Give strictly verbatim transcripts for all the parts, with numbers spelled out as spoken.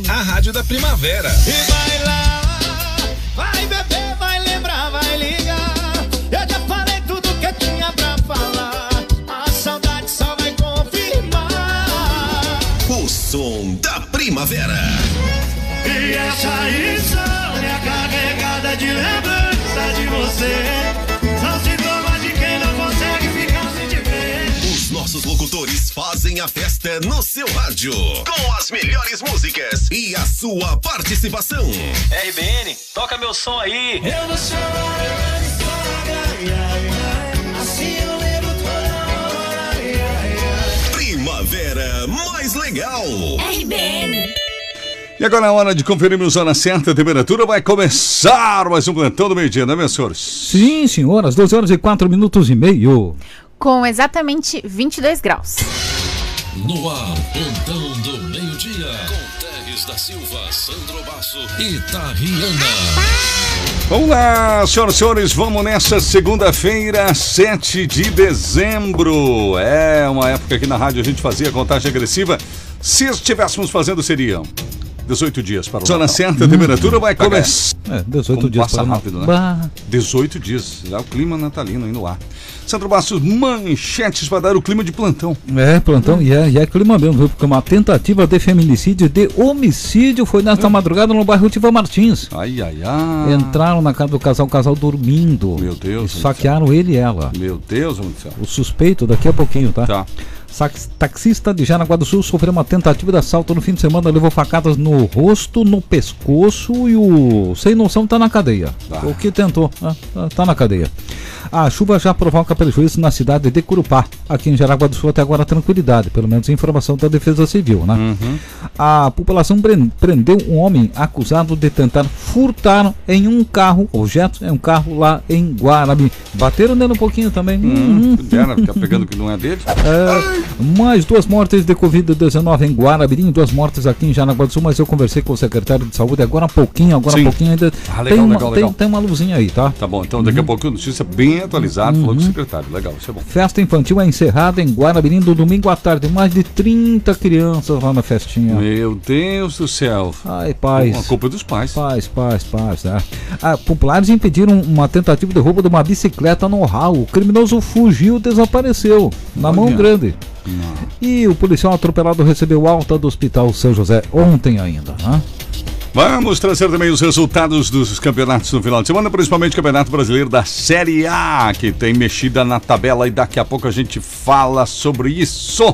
a rádio da primavera. E vai lá, vai beber, vai lembrar, vai ligar. Eu já falei tudo que eu tinha pra falar. A saudade só vai confirmar. O som da primavera. E essa insônia carregada de lembrança de você. São sintomas de quem não consegue ficar sem te ver. Os nossos locutores fazem a festa no seu rádio, com as melhores músicas e a sua participação. R B N, toca meu som aí. Eu vou chorar, assim eu lembro toda hora. Primavera mais legal. R B N. E agora é hora de conferirmos a hora certa. A temperatura vai começar mais um plantão do meio-dia, né, meus senhores? Sim, senhor, às doze horas e quatro minutos e meio. Com exatamente vinte e dois graus. No ar, plantão do meio-dia. Com Teres da Silva, Sandro Basso e Tariana. Vamos lá, senhoras e senhores, vamos nessa segunda-feira, sete de dezembro. É uma época que na rádio a gente fazia contagem agressiva. Se estivéssemos fazendo, seriam dezoito dias para o Natal. Zona certa, a temperatura vai começar. É, dezoito Como dias passa para rápido, né? Bah. dezoito dias, já o clima natalino aí no ar. Sandro Bastos, manchetes para dar o clima de plantão. É, plantão, e é, e é clima mesmo, viu? Porque uma tentativa de feminicídio, de homicídio, foi nesta madrugada no bairro Tiva Martins. Ai, ai, ai. Entraram na casa do casal, o casal dormindo. Meu Deus. E saquearam ele e ela. Meu Deus, meu Deus. O suspeito daqui a pouquinho, tá? Tá. Taxista de Jaraguá do Sul sofreu uma tentativa de assalto no fim de semana, levou facadas no rosto, no pescoço e o sem noção tá na cadeia. Ah. O que tentou, né? Tá na cadeia. A chuva já provoca prejuízo na cidade de Curupá. Aqui em Jaraguá do Sul até agora tranquilidade, pelo menos informação da Defesa Civil, né? Uhum. A população prendeu um homem acusado de tentar furtar em um carro, objetos, em um carro lá em Guarabi. Bateram nele um pouquinho também. Hum, uhum. Ficar pegando o que não é dele. É, mais duas mortes de covid dezenove em Guarabirim, duas mortes aqui em Jaraguá do Sul, mas eu conversei com o secretário de saúde agora há pouquinho, agora há pouquinho ainda. Ah, legal, tem, uma, legal, tem, legal. tem uma luzinha aí, tá? Tá bom, então daqui uhum. a pouco notícia bem atualizada, uhum. falou com o secretário, legal, isso é bom. Festa infantil é encerrada em Guarabirim do domingo à tarde, mais de trinta crianças lá na festinha. Meu Deus do céu. Ai, pais. A culpa é dos pais. Pais, pais, pais, né? Ah, populares impediram uma tentativa de roubo de uma bicicleta no Raul. O criminoso fugiu, desapareceu, na Olha. mão grande. Não. E o policial atropelado recebeu alta do Hospital São José ontem ainda, né? Vamos trazer também os resultados dos campeonatos no final de semana, principalmente o Campeonato Brasileiro da Série A, que tem mexida na tabela e daqui a pouco a gente fala sobre isso.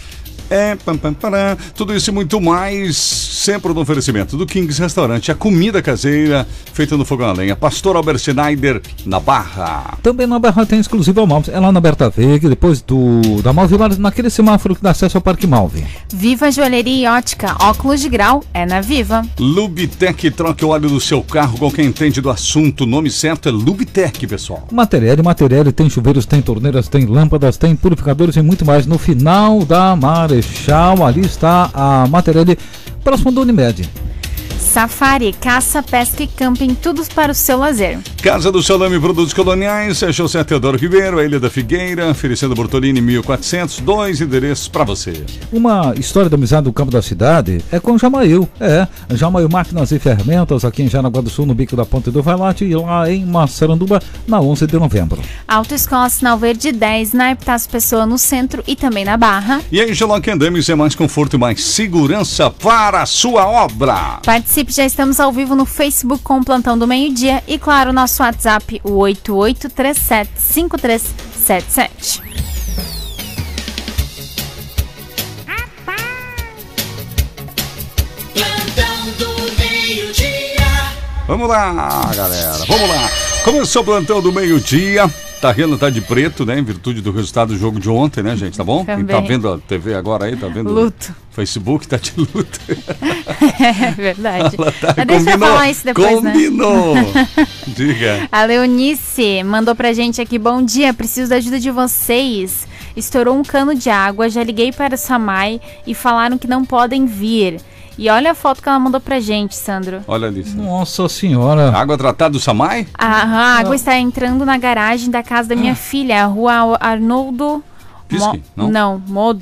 É, pam, pam, param. Tudo isso e muito mais, sempre no oferecimento do Kings Restaurante, a comida caseira feita no fogão a lenha. Pastor Albert Schneider, na Barra. Também na Barra tem exclusiva Malve, é lá na Berta Veiga, depois do da Malve, naquele semáforo que dá acesso ao Parque Malve. Viva Joalheria e Ótica, óculos de grau, é na Viva. Lubitec, troque o óleo do seu carro com quem entende do assunto. O nome certo é Lubitec, pessoal. Material, material, tem chuveiros, tem torneiras, tem lâmpadas, tem purificadores e muito mais. No final da Marechal, ali está a Material próximo do Unimed. Safari, caça, pesca e camping, tudo para o seu lazer. Casa do Salame Produtos Coloniais, é José Teodoro Ribeiro, a Ilha da Figueira, Feliciano Bortolini, mil e quatrocentos, dois endereços para você. Uma história da amizade do campo da cidade é com Jamail, é, Jamail Máquinas e Ferramentas, aqui em Jaraguá do Sul, no Bico da Ponte do Vailate, e lá em Massaranduba, na onze de novembro. Autoescola Sinal Verde dez, na Epitácio Pessoa, no centro e também na Barra. E a Engeloc Andames é mais conforto e mais segurança para a sua obra. Participe, já estamos ao vivo no Facebook com o Plantão do Meio-Dia e, claro, nosso WhatsApp, o oito oito três sete cinco três sete sete. Plantão do Meio-Dia. Vamos lá, galera, vamos lá. Começou o Plantão do Meio-Dia. Tariana tá de preto, né? Em virtude do resultado do jogo de ontem, né, gente? Tá bom? Também. Quem tá vendo a T V agora aí, tá vendo? Luto. Facebook tá de luto. É verdade. Tá, Mas deixa eu falar isso depois, combinou. né? Diga. A Leonice mandou pra gente aqui: bom dia, preciso da ajuda de vocês. Estourou um cano de água, já liguei para o SAMAI e falaram que não podem vir. E olha a foto que ela mandou pra gente, Sandro. Olha ali. Nossa senhora. Água tratada do SAMAI? A, a água está entrando na garagem da casa da minha filha, a rua Arnoldo... Pisque? Mo... Não? Não, Modro.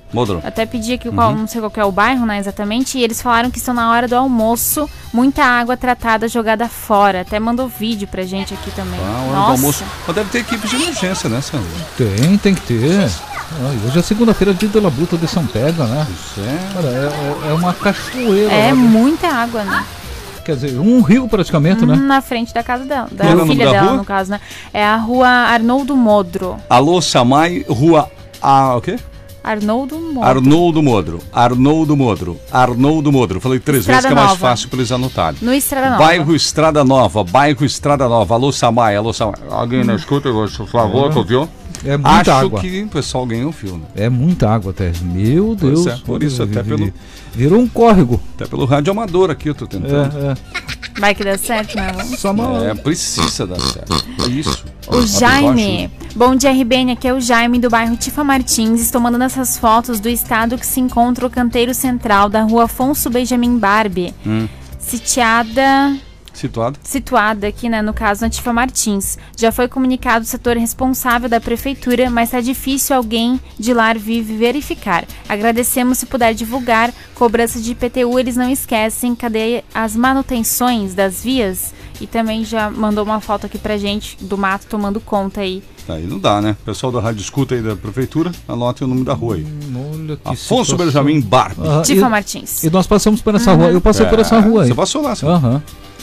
Modro. Até pedi aqui qual, não sei qual que é o bairro, né, exatamente, e eles falaram que estão na hora do almoço, muita água tratada jogada fora. Até mandou vídeo pra gente aqui também. Ah, hora do Nossa. almoço. Mas deve ter equipe de emergência, né, Sandro? Tem, tem que ter. Ah, hoje é segunda-feira, dia da labuta de São Pedro, né? Isso é. Olha, é, é uma cachoeira. É lá, muita água, né? Quer dizer, um rio praticamente, né? Na frente da casa dela, da Qual é o nome filha da dela, rua? no caso, né? É a rua Arnoldo Modro. Alô, Samai, rua... Ah, o quê? Arnoldo Modro. Arnoldo Modro. Arnoldo Modro. Arnoldo Modro. Falei três Estrada vezes que é mais Nova. fácil para eles anotarem. No Estrada Nova. Bairro Estrada Nova. Bairro Estrada Nova. Alô, Samai. Alô, Samai. Alguém não escuta, por favor, tu ouviu? É muita Acho água. que o pessoal ganhou o filme. É muita água até. Meu Deus. é, por isso até vi- pelo- Virou um córrego. Até pelo rádio amador aqui eu tô tentando. É, é. Vai que dá certo, né? Vamos. Só uma... É, precisa dar certo. É isso. O Jaime. Bom dia, R B N. Aqui é o Jaime do bairro Tifa Martins. Estou mandando essas fotos do estado que se encontra o canteiro central da rua Afonso Benjamin Barbie. Hum. Sitiada... Situado. Situada aqui, né, no caso, na Tifa Martins. Já foi comunicado o setor responsável da prefeitura, mas está difícil alguém de lá vir verificar. Agradecemos se puder divulgar. Cobrança de I P T U, eles não esquecem. Cadê as manutenções das vias? E também já mandou uma foto aqui pra gente do mato tomando conta aí. Aí não dá, né? Pessoal da rádio escuta aí da prefeitura, anotem o nome da rua aí. Olha que Afonso situação. Benjamin Barbie. Ah, Tifa e- Martins. E nós passamos por essa rua. Eu passei por essa rua aí. Você passou lá, senhor. Aham.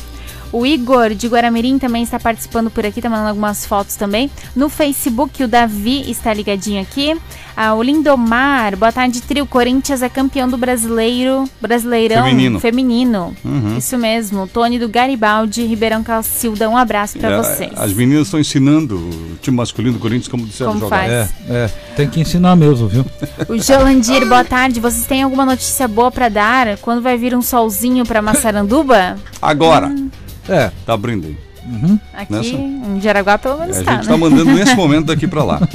O Igor de Guaramirim também está participando por aqui, tá mandando algumas fotos também. No Facebook, o Davi está ligadinho aqui. Ah, o Lindomar, boa tarde, trio. Corinthians é campeão do brasileiro, Brasileirão Feminino. feminino. Uhum. Isso mesmo. Tony do Garibaldi, Ribeirão Calcilda, um abraço pra É, vocês. As meninas estão ensinando o time masculino do Corinthians como disseram Como jogar. faz. É, é. Tem que ensinar mesmo, viu? O Jolandir, boa tarde. Vocês têm alguma notícia boa pra dar? Quando vai vir um solzinho pra Massaranduba? Agora, É. tá abrindo aí. Aqui Nessa- em Jaraguá pelo menos A tá, gente né? tá mandando nesse momento daqui pra lá.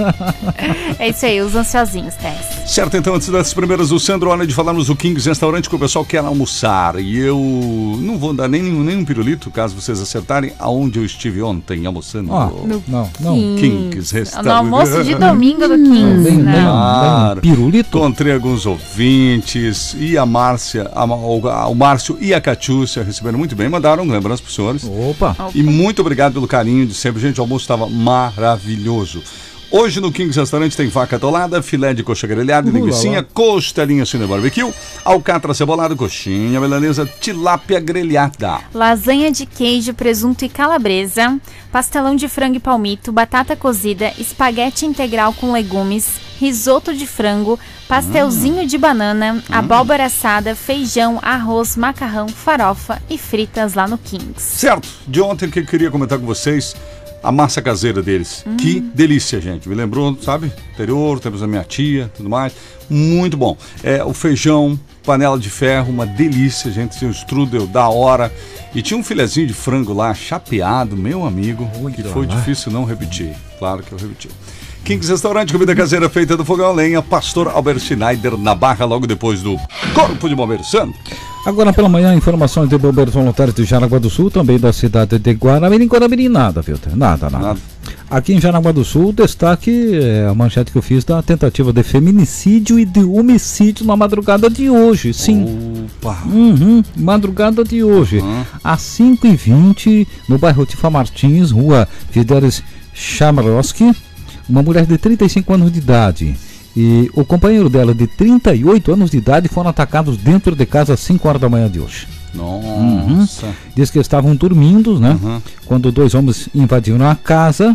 É isso aí, os ansiosinhos, Tess. Certo, então, antes das primeiras, o Sandro, hora de falarmos do Kings Restaurante, que o pessoal quer almoçar. E eu não vou dar nem nenhum, nenhum pirulito, caso vocês acertarem, aonde eu estive ontem almoçando. Ó, não, não. Kings Restaurante. No almoço de domingo do Kings, Bem, né? bem, Claro. bem, pirulito. Encontrei alguns ouvintes e a Márcia, a, o, a- o Márcio e a Catiúcia receberam muito bem, mandaram lembranças para os senhores. Opa. E muito obrigado pelo carinho de sempre. Gente, o almoço estava maravilhoso. Hoje no Kings Restaurante tem vaca atolada, filé de coxa grelhada, Uh, linguicinha, lá, lá. costelinha cine barbecue, alcatra cebolada, coxinha milanesa, tilápia grelhada. Lasanha de queijo, presunto e calabresa, pastelão de frango e palmito, batata cozida, espaguete integral com legumes, risoto de frango, pastelzinho de banana, abóbora assada, feijão, arroz, macarrão, farofa e fritas lá no Kings. Certo, de ontem que eu queria comentar com vocês a massa caseira deles. Hum. Que delícia, gente. Me lembrou, sabe? Interior, temos a minha tia, tudo mais. Muito bom. É, o feijão, panela de ferro, uma delícia, gente. Tinha um strudel da hora. E tinha um filezinho de frango lá, chapeado, meu amigo, que foi difícil não repetir. Claro que eu repeti. Kings Restaurante, comida caseira feita do fogão a lenha, Pastor Albert Schneider, na Barra, logo depois do Corpo de Bombeiros Santo. Agora pela manhã, informações de bombeiros voluntários de Jaraguá do Sul, também da cidade de Guaramirim. Guaramirim nada, viu? Nada, nada, Nada. Aqui em Jaraguá do Sul, destaque é a manchete que eu fiz da tentativa de feminicídio e de homicídio na madrugada de hoje. Sim. Opa! Uhum, madrugada de hoje, Uhum. às cinco e vinte, no bairro Tifa Martins, rua Fidelis Chamarowski, uma mulher de trinta e cinco anos de idade e o companheiro dela de trinta e oito anos de idade foram atacados dentro de casa às cinco horas da manhã de hoje. Nossa! Diz que estavam dormindo, né? Uhum. Quando dois homens invadiram a casa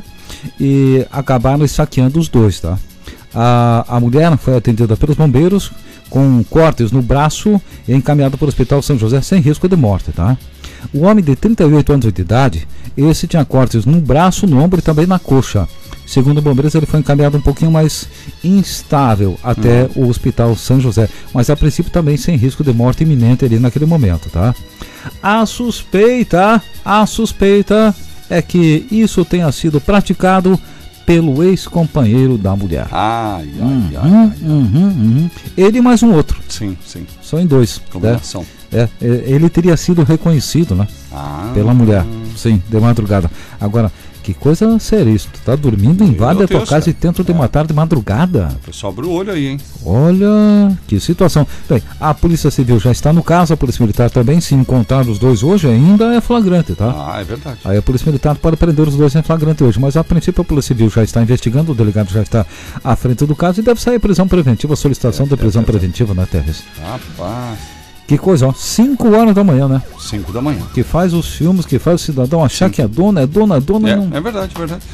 e acabaram saqueando os dois, tá? A, a mulher foi atendida pelos bombeiros com cortes no braço e encaminhada para o Hospital São José sem risco de morte, tá? O homem de trinta e oito anos de idade, esse tinha cortes no braço, no ombro e também na coxa. Segundo bombeiros, ele foi encaminhado um pouquinho mais instável até o Hospital São José, mas a princípio também sem risco de morte iminente ali naquele momento, tá? A suspeita, a suspeita é que isso tenha sido praticado pelo ex-companheiro da mulher. Ai, ai, Uhum, ai, ai. uhum, uhum. Ele e mais um outro, Sim, sim. só em dois. Né? Combinação. É, é, ele teria sido reconhecido, né? Ah. Pela mulher, sim, de madrugada. Agora, Que coisa séria isso. Tu tá dormindo, invade a tua Deus, casa cara. e tenta te matar de madrugada. O pessoal abre o olho aí, hein? Olha, que situação. Bem, a Polícia Civil já está no caso, a Polícia Militar também. Se encontrar os dois hoje, ainda é flagrante, tá? Ah, é verdade. Aí a Polícia Militar pode prender os dois em flagrante hoje, mas a princípio a Polícia Civil já está investigando, o delegado já está à frente do caso e deve sair prisão preventiva, solicitação É, de prisão é, é, é. preventiva, né, Terres? Rapaz, Que coisa, ó, cinco horas da manhã, né? cinco da manhã. Que faz os filmes, que faz o cidadão achar que é dona, é dona, é dona, É, não. é verdade, é verdade.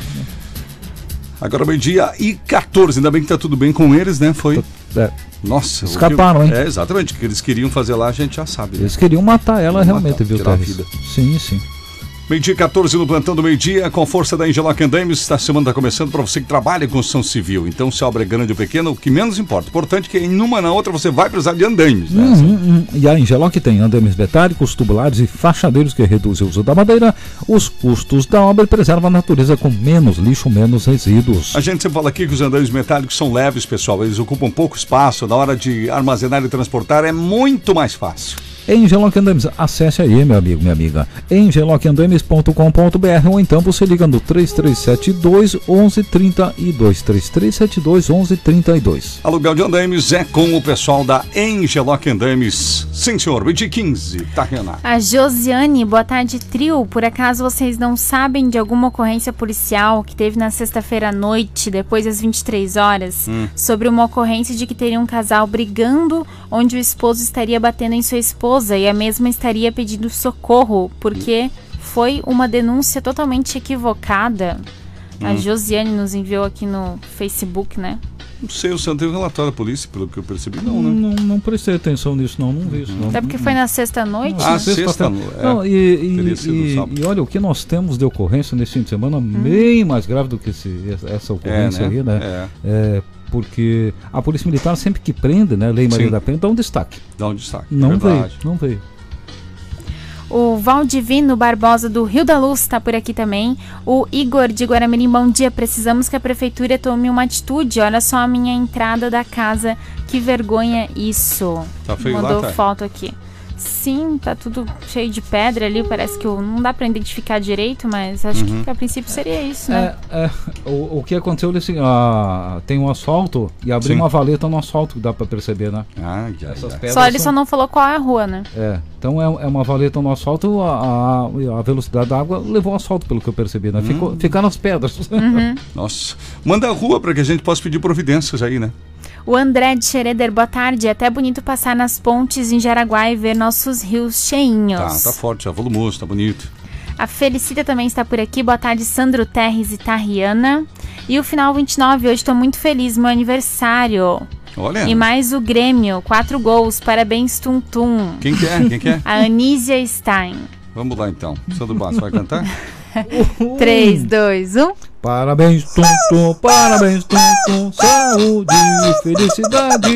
Agora meio-dia e quatorze, ainda bem que tá tudo bem com eles, né? Foi. É, Nossa. o Escaparam, que- hein? É, exatamente. O que eles queriam fazer lá, a gente já sabe. Né? eles queriam matar ela Queriam realmente, matar, viu, tirar a Terres? vida. Sim, sim. Meio-dia e quatorze no plantão do meio-dia, com a força da Engeloc Andames. A semana está começando para você que trabalha em construção civil. Então, se a obra é grande ou pequena, o que menos importa. Importante é que em uma na outra você vai precisar de andames. Né? Uhum, uhum. E a Engeloc tem andames metálicos, tubulares e fachadeiros que reduzem o uso da madeira, os custos da obra e preserva a natureza com menos lixo, menos resíduos. A gente sempre fala aqui que os andames metálicos são leves, pessoal. Eles ocupam pouco espaço. Na hora de armazenar e transportar é muito mais fácil. Engeloc Andames, acesse aí, meu amigo, minha amiga, engeloc andames ponto com ponto b r ou então você liga no três três sete dois, onze trinta e dois, três três sete dois, onze trinta e dois. Aluguel de andames é com o pessoal da Engeloc Andames. Sim, senhor. vinte e quinze, tá, Renato? A Josiane, boa tarde, trio. Por acaso vocês não sabem de alguma ocorrência policial que teve na sexta-feira à noite, depois das vinte e três horas, Hum. sobre uma ocorrência de que teria um casal brigando, onde o esposo estaria batendo em sua esposa e a mesma estaria pedindo socorro, porque foi uma denúncia totalmente equivocada. A Josiane nos enviou aqui no Facebook, né? Não sei, o Santo tem um relatório da polícia, pelo que eu percebi, não, né? Não, não prestei atenção nisso, não, não vi isso, não. Até porque foi na sexta-noite. Ah, né? sexta, no- é. Não, e, Teria e, sido e, sábado. e olha, o que nós temos de ocorrência nesse fim de semana, bem mais grave do que esse, essa ocorrência É, né? aí, né? É. É, porque a Polícia Militar sempre que prende, né, Lei Maria Sim. da Penha, dá um destaque. Dá um destaque. Não é veio, verdade. não veio. O Valdivino Barbosa do Rio da Luz está por aqui também. O Igor de Guaramirim, bom dia. Precisamos que a prefeitura tome uma atitude. Olha só a minha entrada da casa. Que vergonha isso. Tá feio lá, Mandou tá? foto aqui. Sim, tá tudo cheio de pedra ali. Parece que o- não dá pra identificar direito, mas acho Uhum. que a princípio seria isso, né? É, é, o, o que aconteceu é assim, ah, tem um asfalto e abriu Sim. uma valeta no asfalto, que dá pra perceber, né? Ai, ai, Essas ai. pedras Só ele são- só não falou qual é a rua, né? É, então é, é uma valeta no asfalto, a, a, a velocidade da água levou o asfalto, pelo que eu percebi, né? Ficou, ficaram as pedras. Nossa. Manda a rua para que a gente possa pedir providências aí, né? O André de Xereder, boa tarde. É até bonito passar nas pontes em Jaraguá e ver nossos rios cheinhos. Tá, tá forte, tá volumoso, tá bonito. A Felicita também está por aqui. Boa tarde, Sandro Terres e Tarriana. E o final vinte e nove, hoje estou muito feliz, meu aniversário. Olha. E mais o Grêmio, quatro gols, parabéns, Tum Tum. Quem que é? Quem que é? A Anísia Stein. Vamos lá então. Sandro Basso vai cantar? três, dois, um. Parabéns, tum, tum, parabéns, tum, tum, saúde e felicidade.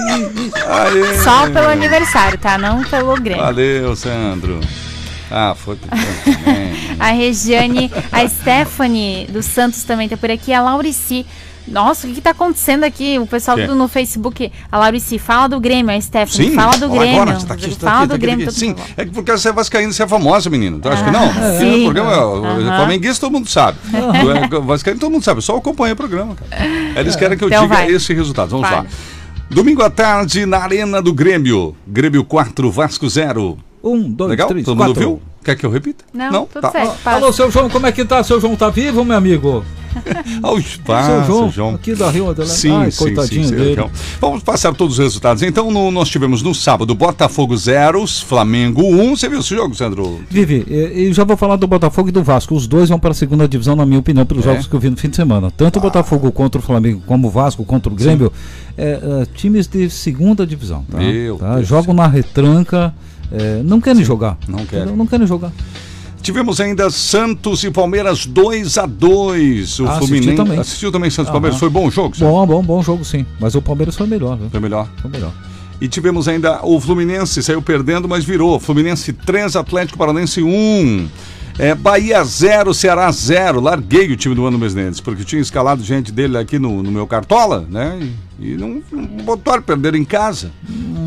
Aê! Só pelo aniversário, tá? Não pelo Grêmio. Valeu, Sandro. Ah, foi pro Sandro também. A Regiane, a Stephanie dos Santos também tá por aqui. A Laurici. Nossa, o que que tá acontecendo aqui? O pessoal Quê? tudo no Facebook. A Laurici, fala do Grêmio. A Stephanie, Sim, fala do fala Grêmio. agora, você tá aqui, você tá fala aqui, do tá aqui, Grêmio. tá aqui. todo Sim, mundo. é que porque você é vascaíno, você é famosa, menino. Tu acha que não? Ah, Aqui sim. no programa, Aham. flamenguista todo mundo sabe. Tu é vascaíno todo mundo sabe, eu só acompanha o programa, cara. Eles querem que eu Então diga vai. esse resultado. Vamos Fale. lá. Domingo à tarde, na Arena do Grêmio. Grêmio quatro, Vasco zero. Um, dois, Legal? três, Todo quatro. mundo viu? Quer que eu repita? Não, tudo tá. certo. Passa. Alô, seu João, como é que tá? Seu João tá vivo, meu amigo? Ao seu espaço, João, João. aqui da Rio Adelante. Sim, Ai, sim, coitadinho sim, sim, dele. João. Vamos passar todos os resultados. Então, no- nós tivemos no sábado Botafogo zero, Flamengo um. Você viu esse jogo, Sandro? Vivi, e, e já vou falar do Botafogo e do Vasco. Os dois vão para a segunda divisão, na minha opinião, pelos É? jogos que eu vi no fim de semana. Tanto o Botafogo contra o Flamengo, como o Vasco contra o Grêmio, é, é, times de segunda divisão. Tá? Meu Tá? Deus. Jogam na retranca, é, não querem jogar. não querem. Não querem jogar. Tivemos ainda Santos e Palmeiras dois a dois. O Ah, assisti Fluminense também. assistiu também Santos e Aham. Palmeiras. Foi bom o jogo? Sandro? Bom, bom, bom jogo sim. Mas o Palmeiras foi melhor, viu? Foi melhor. Foi melhor. E tivemos ainda o Fluminense, saiu perdendo, mas virou. Fluminense três, Atlético Paranaense um. É, Bahia zero, Ceará zero. Larguei o time do Mano Menezes, porque eu tinha escalado gente dele aqui no, no meu Cartola, né? E, e não, não botaram, perderam em casa.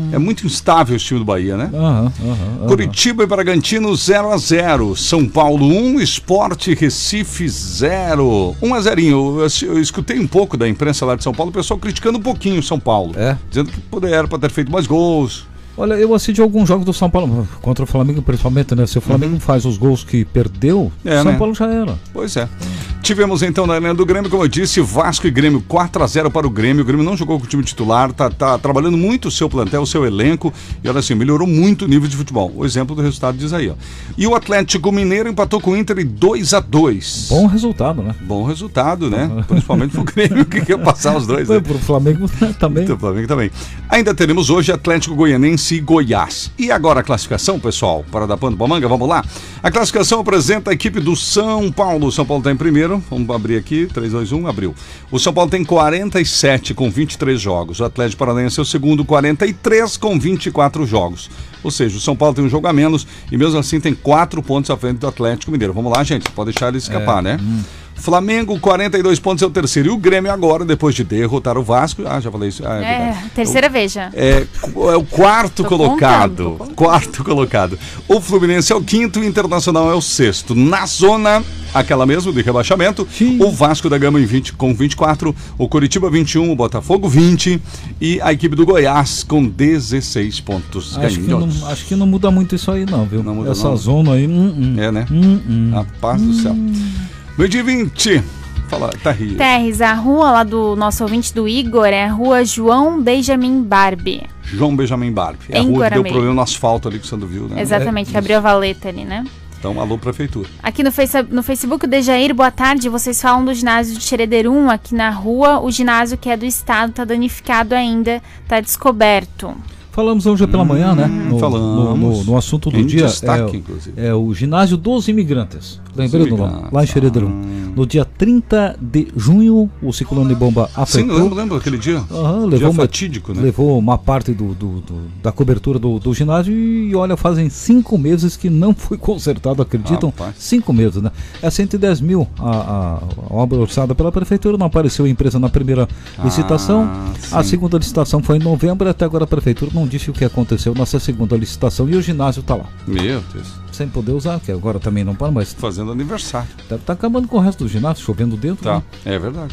É muito instável esse time do Bahia, né? Aham, aham, aham. Curitiba e Bragantino zero a zero. São Paulo um, Sport Recife zero. um a zero. Eu, eu escutei um pouco da imprensa lá de São Paulo, o pessoal criticando um pouquinho o São Paulo. É. Dizendo que poderia para ter feito mais gols. Olha, eu assisti alguns jogos do São Paulo, contra o Flamengo principalmente, né? Se o Flamengo uhum. faz os gols que perdeu, é, São né? Paulo já era. Pois é. Tivemos então na linha do Grêmio, como eu disse, Vasco e Grêmio quatro a zero para o Grêmio. O Grêmio não jogou com o time titular, tá, tá trabalhando muito o seu plantel, o seu elenco, e olha assim, melhorou muito o nível de futebol. O exemplo do resultado diz aí, ó. E o Atlético Mineiro empatou com o Inter em dois a dois. Bom resultado, né? Bom resultado, né? Principalmente pro Grêmio, que quer passar os dois, Foi né? pro Flamengo também. Pro Flamengo também. Ainda teremos hoje Atlético Goianense e Goiás. E agora a classificação, pessoal, para dar pano pra manga, vamos lá? A classificação apresenta a equipe do São Paulo. O São Paulo está em primeiro, vamos abrir aqui, três, dois, um, abriu. O São Paulo tem quarenta e sete com vinte e três jogos. O Atlético Paranaense é o segundo, quarenta e três com vinte e quatro jogos. Ou seja, o São Paulo tem um jogo a menos e mesmo assim tem quatro pontos à frente do Atlético Mineiro. Vamos lá, gente, pode deixar ele escapar, é, né? Hum. Flamengo, quarenta e dois pontos, é o terceiro. E o Grêmio agora, depois de derrotar o Vasco... Ah, já falei isso. Ah, é, é terceira o, vez já. É, é o quarto tô colocado. Contando, tô quarto colocado. O Fluminense é o quinto, o Internacional é o sexto. Na zona, aquela mesmo de rebaixamento, sim, o Vasco da Gama em vinte, com vinte e quatro, o Curitiba vinte e um, o Botafogo vinte e a equipe do Goiás com dezesseis pontos. Acho que, não, acho que não muda muito isso aí não, viu? Não muda Essa não. zona aí... Hum, hum. É, né? Hum, hum. A paz do céu. Meio dia vinte. Fala, Tarri. Terres, a rua lá do nosso ouvinte do Igor é a rua João Benjamin Barbie. João Benjamin Barbie. É em a rua Guaramei. que deu problema no asfalto ali que o Sandro viu, né? Exatamente, é, que abriu a valeta ali, né? Então, alô, prefeitura. Aqui no, face, no Facebook, o Dejair, boa tarde. Vocês falam do ginásio de Xerederum. Aqui na rua, o ginásio que é do estado tá danificado ainda, tá descoberto. Falamos hoje pela manhã, né? No, falamos. No, no, no assunto do em dia. Destaque, é, inclusive. é o ginásio dos imigrantes. Lembrei do nome? Lá em Xerederum. No dia trinta de junho, o ciclone de bomba afetou. Sim, lembro, lembro aquele dia. Uhum, levou dia uma, fatídico, né? Levou uma parte do, do, do, da cobertura do, do ginásio e olha, fazem cinco meses que não foi consertado, acreditam? Rapaz. Cinco meses, né? É cento e dez mil a, a, a obra orçada pela prefeitura, não apareceu a empresa na primeira ah, licitação. Sim. A segunda licitação foi em novembro e até agora a prefeitura não disse o que aconteceu nessa segunda licitação e o ginásio está lá. Meu Deus. Sem poder usar, que agora também não para mais. Fazendo aniversário. Deve estar acabando com o resto do ginásio, chovendo dentro. Tá, né? é verdade.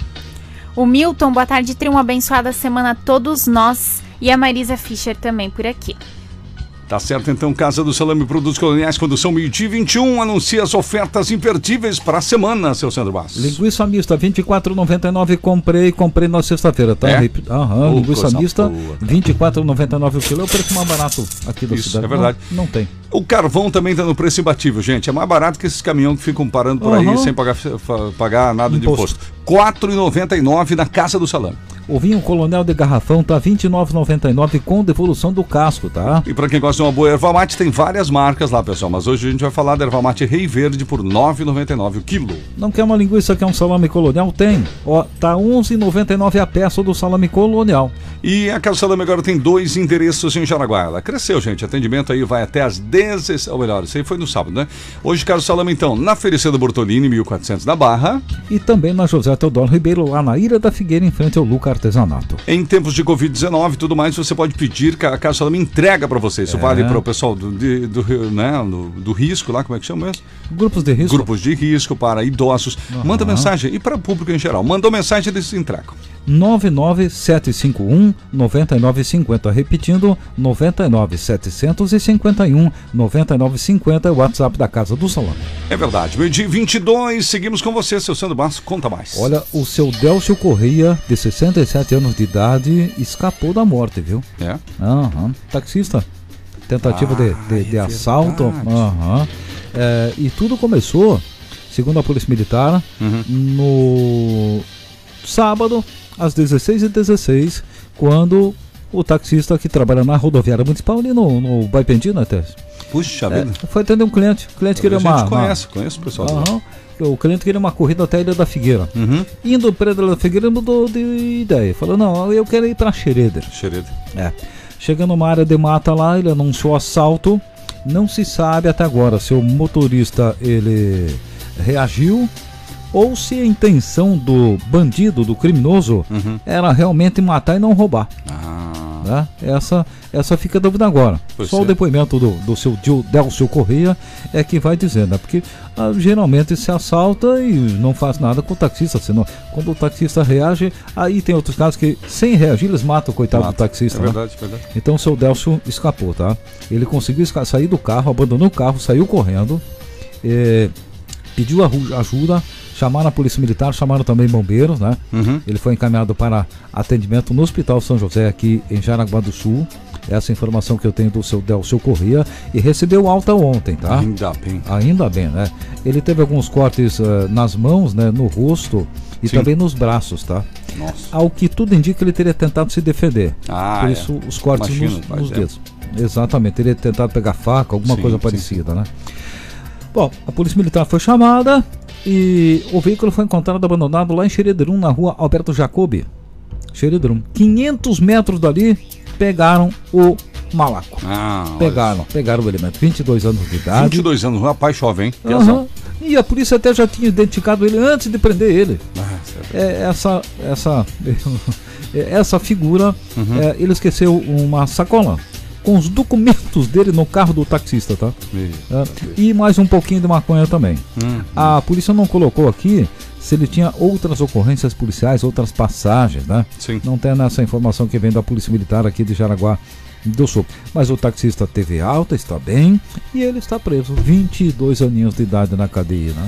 O Milton, boa tarde, tenha uma abençoada semana a todos nós e a Marisa Fischer também por aqui. Tá certo, então, Casa do Salame Produtos Coloniais, condução meio-dia vinte e um, anuncia as ofertas imperdíveis para a semana, seu Sandro Bastos. Linguiça mista, vinte e quatro reais e noventa e nove centavos, comprei, comprei na sexta-feira, tá? É? Aham, oh, linguiça mista, boa, vinte e quatro reais e noventa e nove centavos o quilo, é o preço mais barato aqui da Isso, cidade. é verdade. Não, não tem. O carvão também está no preço imbatível, gente. É mais barato que esses caminhões que ficam parando por uhum. aí sem pagar, pagar nada imposto. de imposto. quatro reais e noventa e nove centavos na Casa do Salame. O vinho Colonel de garrafão tá vinte e nove reais e noventa e nove centavos com devolução do casco, tá? E para quem gosta de uma boa erva mate, tem várias marcas lá, pessoal. Mas hoje a gente vai falar da erva mate Rei Verde por nove reais e noventa e nove centavos o quilo. Não quer uma linguiça, quer um salame colonial? Tem. Ó, tá onze reais e noventa e nove centavos a peça do salame colonial. E a Casa do Salame agora tem dois endereços em Jaraguá. Ela cresceu, gente. Atendimento aí vai até às dezesseis... Ou melhor, isso aí foi no sábado, né? Hoje, Casa do Salame, então, na Felicedo Bortolini, mil e quatrocentos da Barra. E também na José Teodoro Ribeiro, lá na Ilha da Figueira, em frente ao Luca Artesanato. Em tempos de covid dezenove e tudo mais, você pode pedir que a Casa do Salame entrega para você. Isso é. vale para o pessoal do, de, do, né, do, do risco lá, como é que chama mesmo? Grupos de risco. Grupos de risco, para idosos. Uhum. Manda mensagem, e para o público em geral. Mandou mensagem, eles entregam. nove nove sete cinco um nove nove cinco zero, repetindo, nove nove sete cinco um nove nove cinco zero, é o WhatsApp da Casa do Salame. É verdade. Meio-dia vinte e dois, seguimos com você, seu Sandro Bastos, conta mais. Olha, o seu Délcio Correia, de sessenta e sete anos de idade, escapou da morte, viu? É? Aham. Taxista. Tentativa ah, de, de, de é assalto. Aham. É, e tudo começou, segundo a Polícia Militar, uhum. no sábado, às dezesseis e dezesseis, quando o taxista que trabalha na rodoviária municipal ali no, no Baipendina até. Puxa é, vida. Foi atender um cliente. O cliente queria uma. A gente conhece, uma... conhece o pessoal. Uhum. O cliente queria uma corrida até a Ilha da Figueira. Uhum. Indo para a Ilha da Figueira, mudou de ideia. Falou: não, eu quero ir para Xereder. Xereder. É. Chegando numa área de mata lá, ele anunciou assalto. Não se sabe até agora se o motorista ele reagiu ou se a intenção do bandido, do criminoso, uhum. era realmente matar e não roubar. Ah. Né? Essa, essa fica a dúvida agora. Pois Só é. o depoimento do, do seu Délcio Correia é que vai dizer, né? Porque ah, geralmente se assalta e não faz nada com o taxista. Senão, quando o taxista reage, aí tem outros casos que, sem reagir, eles matam o coitado Mata. do taxista. É né? verdade, verdade. Então o seu Délcio escapou, tá? Ele conseguiu esca- sair do carro, abandonou o carro, saiu correndo, eh, pediu arru- ajuda, chamaram a polícia militar, chamaram também bombeiros, né? Uhum. Ele foi encaminhado para atendimento no Hospital São José, aqui em Jaraguá do Sul. Essa informação que eu tenho do seu Délcio Corrêa, e recebeu alta ontem, tá? Ainda bem. Ainda bem, né? Ele teve alguns cortes uh, nas mãos, né? No rosto e Sim. também nos braços, tá? Nossa. Ao que tudo indica, ele teria tentado se defender. Ah, Por é. isso, os cortes Imagino, nos, vai nos ter. dedos. Exatamente, teria tentado pegar faca, alguma Sim, coisa sim, parecida, né? Bom, a polícia militar foi chamada e o veículo foi encontrado abandonado lá em Xerederum, na rua Alberto Jacobi. Xerederum. quinhentos metros dali, pegaram o malaco. Ah, olha Pegaram, só. pegaram o elemento. vinte e dois anos de idade. vinte e dois anos, um rapaz jovem, hein? Aham. Piazão. E a polícia até já tinha identificado ele antes de prender ele. Ah, certo. É, essa, essa, essa figura, Uhum. é, ele esqueceu uma sacola com os documentos dele no carro do taxista, tá? Meu É, Deus. e mais um pouquinho de maconha também. Hum, A polícia não colocou aqui se ele tinha outras ocorrências policiais, outras passagens, né? Sim. Não tem nessa informação que vem da Polícia Militar aqui de Jaraguá do Sul. Mas o taxista teve alta, está bem, e ele está preso. vinte e dois aninhos de idade na cadeia, né?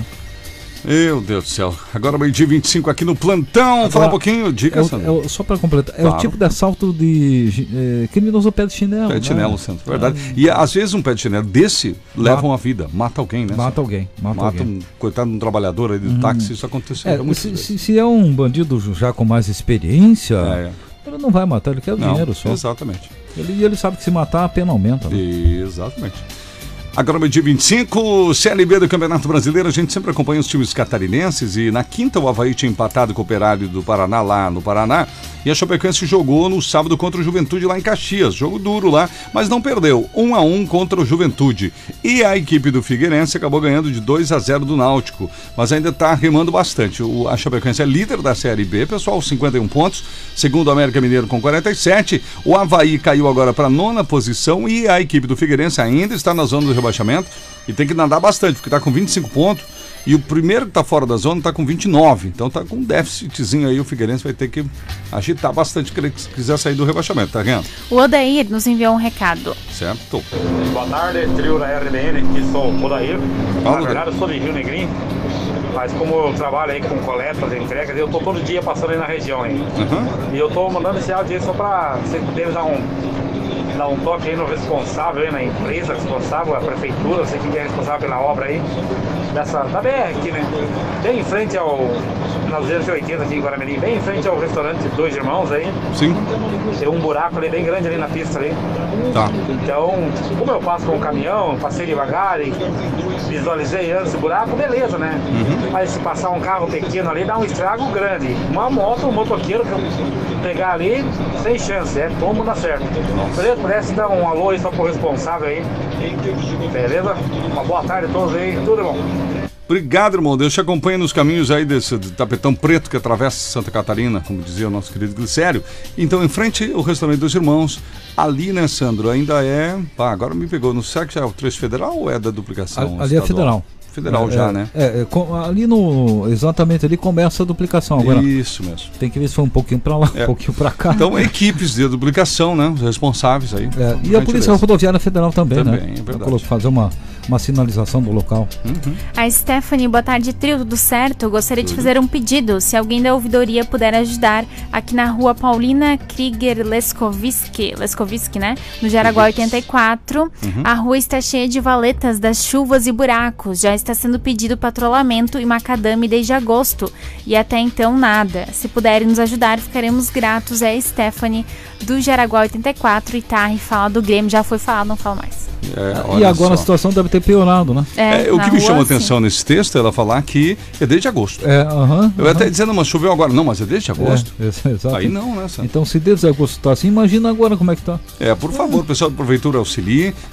Meu Deus do céu. Agora meio-dia e vinte e cinco aqui no plantão. Agora, Fala um pouquinho, É dica, o- Sandro. é o- só para completar, é Claro. o tipo de assalto de eh, criminoso pé de chinelo. Pé de né? chinelo, Sandro. Verdade. E às vezes um pé de chinelo desse leva Mata- uma vida, mata alguém, né? Mata alguém, mata, Mata alguém. um coitado de um trabalhador aí do táxi, isso aconteceu É, muitas se, vezes. se, se é um bandido já com mais experiência, É, é. ele não vai matar, ele quer o Não, dinheiro só. exatamente. Ele, ele sabe que se matar, a pena aumenta. Né? Exatamente. Agora, meio-dia e vinte e cinco, Série B do Campeonato Brasileiro, a gente sempre acompanha os times catarinenses e na quinta o Avaí tinha empatado com o Operário do Paraná, lá no Paraná, e a Chapecoense jogou no sábado contra o Juventude lá em Caxias, jogo duro lá, mas não perdeu, um a um contra o Juventude. E a equipe do Figueirense acabou ganhando de dois a zero do Náutico, mas ainda está remando bastante. O, a Chapecoense é líder da Série B, pessoal, cinquenta e um pontos, segundo o América Mineiro com quarenta e sete, o Avaí caiu agora para a nona posição e a equipe do Figueirense ainda está na zona do rebaixamento e tem que nadar bastante, porque está com vinte e cinco pontos e o primeiro que está fora da zona está com vinte e nove, então está com um déficitzinho aí, o Figueirense vai ter que agitar bastante se quiser sair do rebaixamento, tá vendo? O Odair nos enviou um recado. Certo? Boa tarde, trio da R B N, que sou o Odair. Fala, Na verdade, eu sou de Rio Negrinho, mas como eu trabalho aí com coletas e entregas, eu tô todo dia passando aí na região aí. Uhum. E eu tô mandando esse áudio aí só pra você poder dar um, dar um toque aí no responsável aí, na empresa responsável, a prefeitura, você que é responsável pela obra aí, dessa, da B R aqui, né? Bem em frente ao, na duzentos e oitenta aqui em Guaramirim, bem em frente ao restaurante Dois Irmãos aí. Sim, Tem um buraco ali bem grande ali na pista ali. tá. Então, como eu passo com o caminhão, passei devagar e visualizei antes o buraco, beleza, né? Mas se passar um carro pequeno ali, dá um estrago grande. Uma moto, um motoqueiro que eu pegar ali, sem chance, é tombo na certa. Beleza? Parece dar um alô aí só pro responsável aí. Beleza? Uma boa tarde a todos aí, tudo bom? Obrigado, irmão. Deus te acompanha nos caminhos aí desse tapetão preto que atravessa Santa Catarina, como dizia o nosso querido Glicério. Então, em frente ao restaurante dos irmãos, ali, né, Sandro, ainda é... Pá, agora me pegou. Não sei se é o trecho federal ou é da duplicação Ali, ali é estadual? federal. Federal É, já, é, né? É, é, com- ali no. Exatamente ali começa a duplicação. Agora Isso mesmo. tem que ver se foi um pouquinho pra lá, É. um pouquinho pra cá. Então, equipes de duplicação, né? Os responsáveis aí. É, e a Gentileza. Polícia Rodoviária Federal também, Também, né? é verdade. Pra colo- fazer uma, uma sinalização do local. A Stephanie, boa tarde, trio, tudo certo? Gostaria de fazer um pedido, se alguém da ouvidoria puder ajudar, aqui na rua Paulina Krieger Leskoviski, Leskoviski, né? No Jaraguá oitenta e quatro. A rua está cheia de valetas das chuvas e buracos. Já está sendo pedido patrulhamento e macadame desde agosto. E até então nada. Se puderem nos ajudar, ficaremos gratos. É a Stephanie, do Jaraguá oitenta e quatro. Itarri fala do Grêmio, já foi falado, não fala mais. É, E olha agora a só. situação deve ter piorado, né? É, o na que me rua, chama a sim. atenção nesse texto é ela falar que é desde agosto. É, aham. Eu ia até dizendo, mas choveu agora. Não, mas é desde agosto. É, ex- exato. Aí não, né, Sandro? Então, se desde agosto tá assim, imagina agora como é que tá. É, por favor, pessoal da Prefeitura auxilie.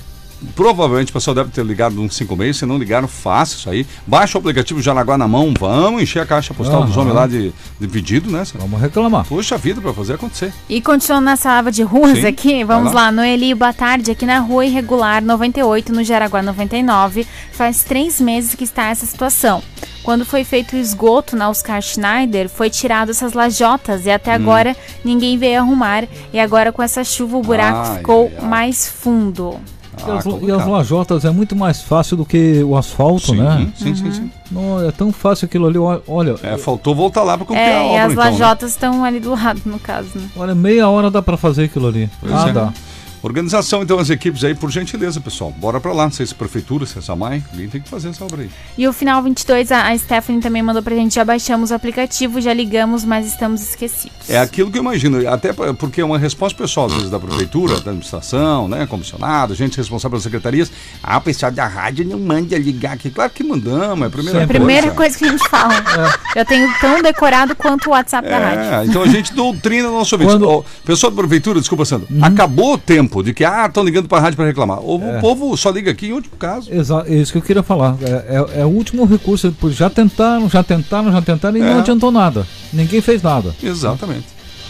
provavelmente o pessoal deve ter ligado no um cinco seis, se não ligaram, faça isso aí. Baixa o aplicativo Jaraguá na mão, vamos encher a caixa postal Aham. dos homens lá de, de pedido, né? Vamos reclamar. Puxa vida pra fazer acontecer. E continuando nessa lava de ruas Sim, aqui, vamos vai lá. lá. Noeli, boa tarde. Aqui na Rua Irregular noventa e oito, no Jaraguá noventa e nove, faz três meses que está essa situação. Quando foi feito o esgoto na Oscar Schneider, foi tirado essas lajotas e até Hum. agora ninguém veio arrumar. E agora com essa chuva o buraco Ai, ficou ai, ai. mais fundo. E Ah, as, e complicado. as lajotas é muito mais fácil do que o asfalto, Sim, né? sim, sim, sim. Não, é tão fácil aquilo ali. Olha, olha, É, faltou voltar lá pra cumprir a É, e obra, as então, né? lajotas estão ali do lado, no caso, né? olha, meia hora dá pra fazer aquilo ali. Pois ah, é. dá. Organização, então, as equipes aí, por gentileza, pessoal. Bora pra lá, não sei se prefeitura, se é Samai, alguém tem que fazer essa obra aí. E o final vinte e dois, a a Stephanie também mandou pra gente, já baixamos o aplicativo, já ligamos, mas estamos esquecidos. É aquilo que eu imagino, até pra- porque é uma resposta pessoal, às vezes, da prefeitura, da administração, né, comissionado, gente responsável pelas secretarias. Ah, o pessoal da rádio não manda ligar aqui. Claro que mandamos, é a primeira É a coisa. primeira coisa que a gente fala. Eu tenho tão decorado quanto o WhatsApp da rádio. É, então a gente doutrina o nosso ouvinte. Quando- Ó, pessoal da prefeitura, desculpa, Sandro, acabou o tempo de que, ah, estão ligando pra rádio pra reclamar. O, o povo só liga aqui em último caso. Exa é isso que eu queria falar. É, é- é o último recurso. Pois já tentaram, já tentaram, já tentaram e É. não adiantou nada. Ninguém fez nada. Exatamente.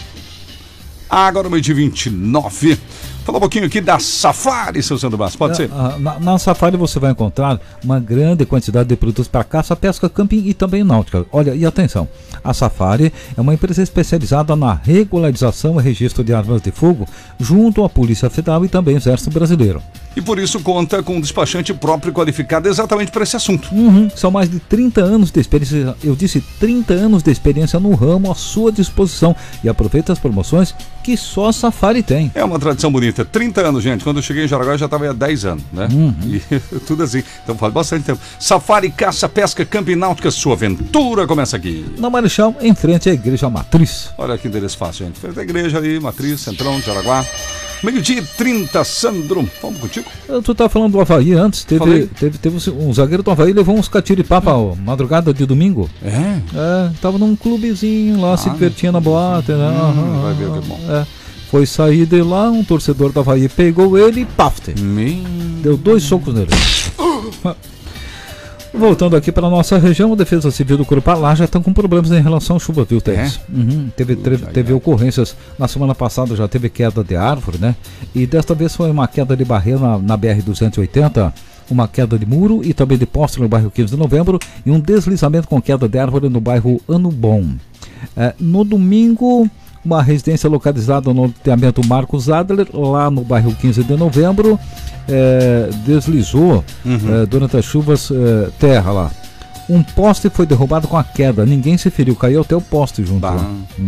Agora, meio dia vinte e nove. Fala um pouquinho aqui da Safari, seu Sandro Bastos. Pode ser? Ah, Na, na Safari você vai encontrar uma grande quantidade de produtos para caça, pesca, camping e também náutica. Olha, e atenção, a Safari é uma empresa especializada na regularização e registro de armas de fogo junto à Polícia Federal e também Exército Brasileiro. E por isso conta com um despachante próprio qualificado exatamente para esse assunto. Uhum, são mais de trinta anos de experiência, eu disse trinta anos de experiência no ramo à sua disposição. E aproveita as promoções que só a Safari tem. É uma tradição bonita. trinta anos, gente. Quando eu cheguei em Jaraguá, eu já estava há dez anos, né? E tudo assim. Então faz bastante tempo. Safari, caça, pesca, camping, náutica, sua aventura começa aqui. Na Marechal, em frente à Igreja Matriz. Olha que endereço fácil, gente. Frente à igreja ali, Matriz, Centrão, Jaraguá. Meio-dia e trinta, Sandro. Vamos contigo? Tu tá falando do Havaí antes, Falei. teve, teve, teve um zagueiro do Havaí levou uns catiripapa ó, madrugada de domingo. É. É, tava num clubezinho lá, se divertindo na boate, né? Aham, vai ver o que é bom. é. Foi sair de lá, um torcedor do Havaí pegou ele e pafte. Me... Deu dois socos nele. Voltando aqui para nossa região, a Defesa Civil do Corupá lá já estão com problemas em relação à chuva, viu, Teres? Uhum, teve tre- Puxa, teve ai. ocorrências, na semana passada já teve queda de árvore, né? E desta vez foi uma queda de barreira na, na B R duzentos e oitenta, uma queda de muro e também de poste no bairro quinze de novembro e um deslizamento com queda de árvore no bairro Ano Bom. É, no domingo, uma residência localizada no loteamento Marcos Adler, lá no bairro quinze de novembro, é, deslizou é, durante as chuvas é, terra lá. Um poste foi derrubado com a queda, ninguém se feriu, caiu até o poste junto. Bah. Lá. Hum.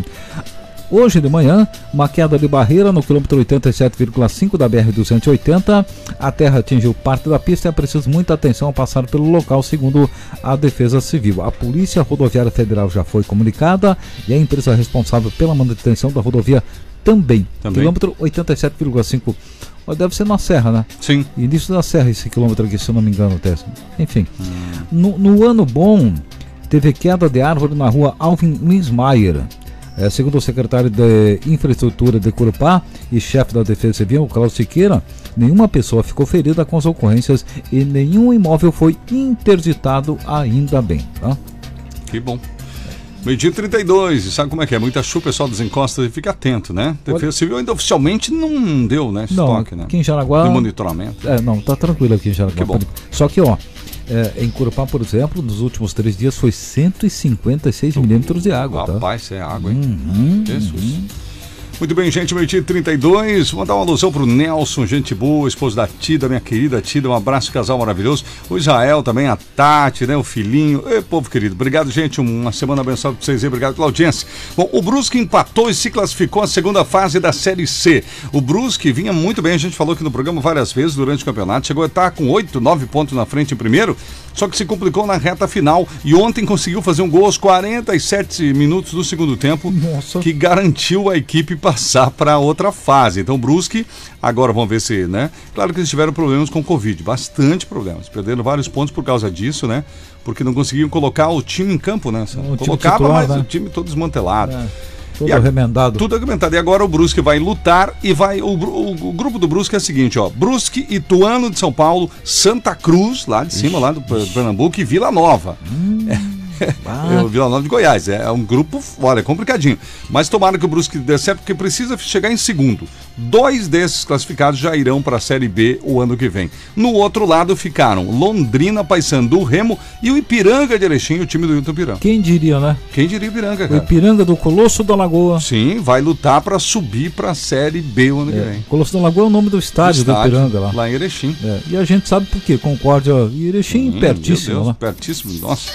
Hoje de manhã, uma queda de barreira no quilômetro oitenta e sete vírgula cinco da B R duzentos e oitenta. A terra atingiu parte da pista e é preciso muita atenção ao passar pelo local, segundo a Defesa Civil. A Polícia Rodoviária Federal já foi comunicada e a empresa responsável pela manutenção da rodovia também. Também. Quilômetro oitenta e sete vírgula cinco. Ó, deve ser na Serra, né? Sim. Início da Serra esse quilômetro aqui, se eu não me engano, Tess. Enfim. No, no Ano Bom, teve queda de árvore na rua Alvin Linsmaier. É, segundo o secretário de Infraestrutura de Corupá e chefe da Defesa Civil, o Cláudio Siqueira, nenhuma pessoa ficou ferida com as ocorrências e nenhum imóvel foi interditado, ainda bem. Tá? Que bom. Meio-dia e trinta e dois, e sabe como é que é? Muita chuva, o pessoal desencosta e fica atento, né? Defesa Civil ainda oficialmente não deu, né? Não, Estoque, né? aqui em Jaraguá... De monitoramento. É, não, tá tranquilo aqui em Jaraguá. Que bom. Só que, ó, é, em Corupá, por exemplo, nos últimos três dias foi cento e cinquenta e seis milímetros de água, tá? Rapaz, isso é água, hein? Uhum, Jesus. uhum. Muito bem, gente, meio-dia e trinta e dois. Vou dar uma alusão pro Nelson, gente boa, esposo da Tida, minha querida Tida. Um abraço, casal maravilhoso. O Israel também, a Tati, né? O filhinho. Ei, povo querido. Obrigado, gente. Uma semana abençoada pra vocês aí. Obrigado pela audiência. Bom, o Brusque empatou e se classificou à segunda fase da Série C. O Brusque vinha muito bem, a gente falou aqui no programa várias vezes durante o campeonato. Chegou a estar com oito, nove pontos na frente em primeiro, só que se complicou na reta final e ontem conseguiu fazer um gol aos quarenta e sete minutos do segundo tempo. Nossa. Que garantiu a equipe passar para outra fase. Então, Brusque, agora vamos ver se, né? Claro que eles tiveram problemas com o Covid, bastante problemas. Perderam vários pontos por causa disso, né? Porque não conseguiam colocar o time em campo, né? O time Colocava, titular, mas né? o time todo desmantelado. É. Todo E a- remendado. Tudo arrebentado. E agora o Brusque vai lutar e vai. O, Bru- o- o grupo do Brusque é o seguinte, ó. Brusque, Ituano de São Paulo, Santa Cruz, lá de cima, lá do P- Pernambuco, e Vila Nova. É o Vila Nova de Goiás. É um grupo, olha, complicadinho. Mas tomara que o Brusque dê certo, porque precisa chegar em segundo. Dois desses classificados já irão para a Série B o ano que vem. No outro lado ficaram Londrina, Paysandu, Remo e o Ipiranga de Erechim, o time do Hilton Piranga. Quem diria, né? Quem diria Ipiranga, O cara? Ipiranga do Colosso da Lagoa. Sim, vai lutar para subir para a Série B o ano que É, vem. Colosso da Lagoa é o nome do estádio, do Estádio, Ipiranga lá. Lá em Erechim. É, e a gente sabe por quê. Concórdia e Erechim, Hum, pertíssimo, meu Deus, né? pertíssimo, nossa.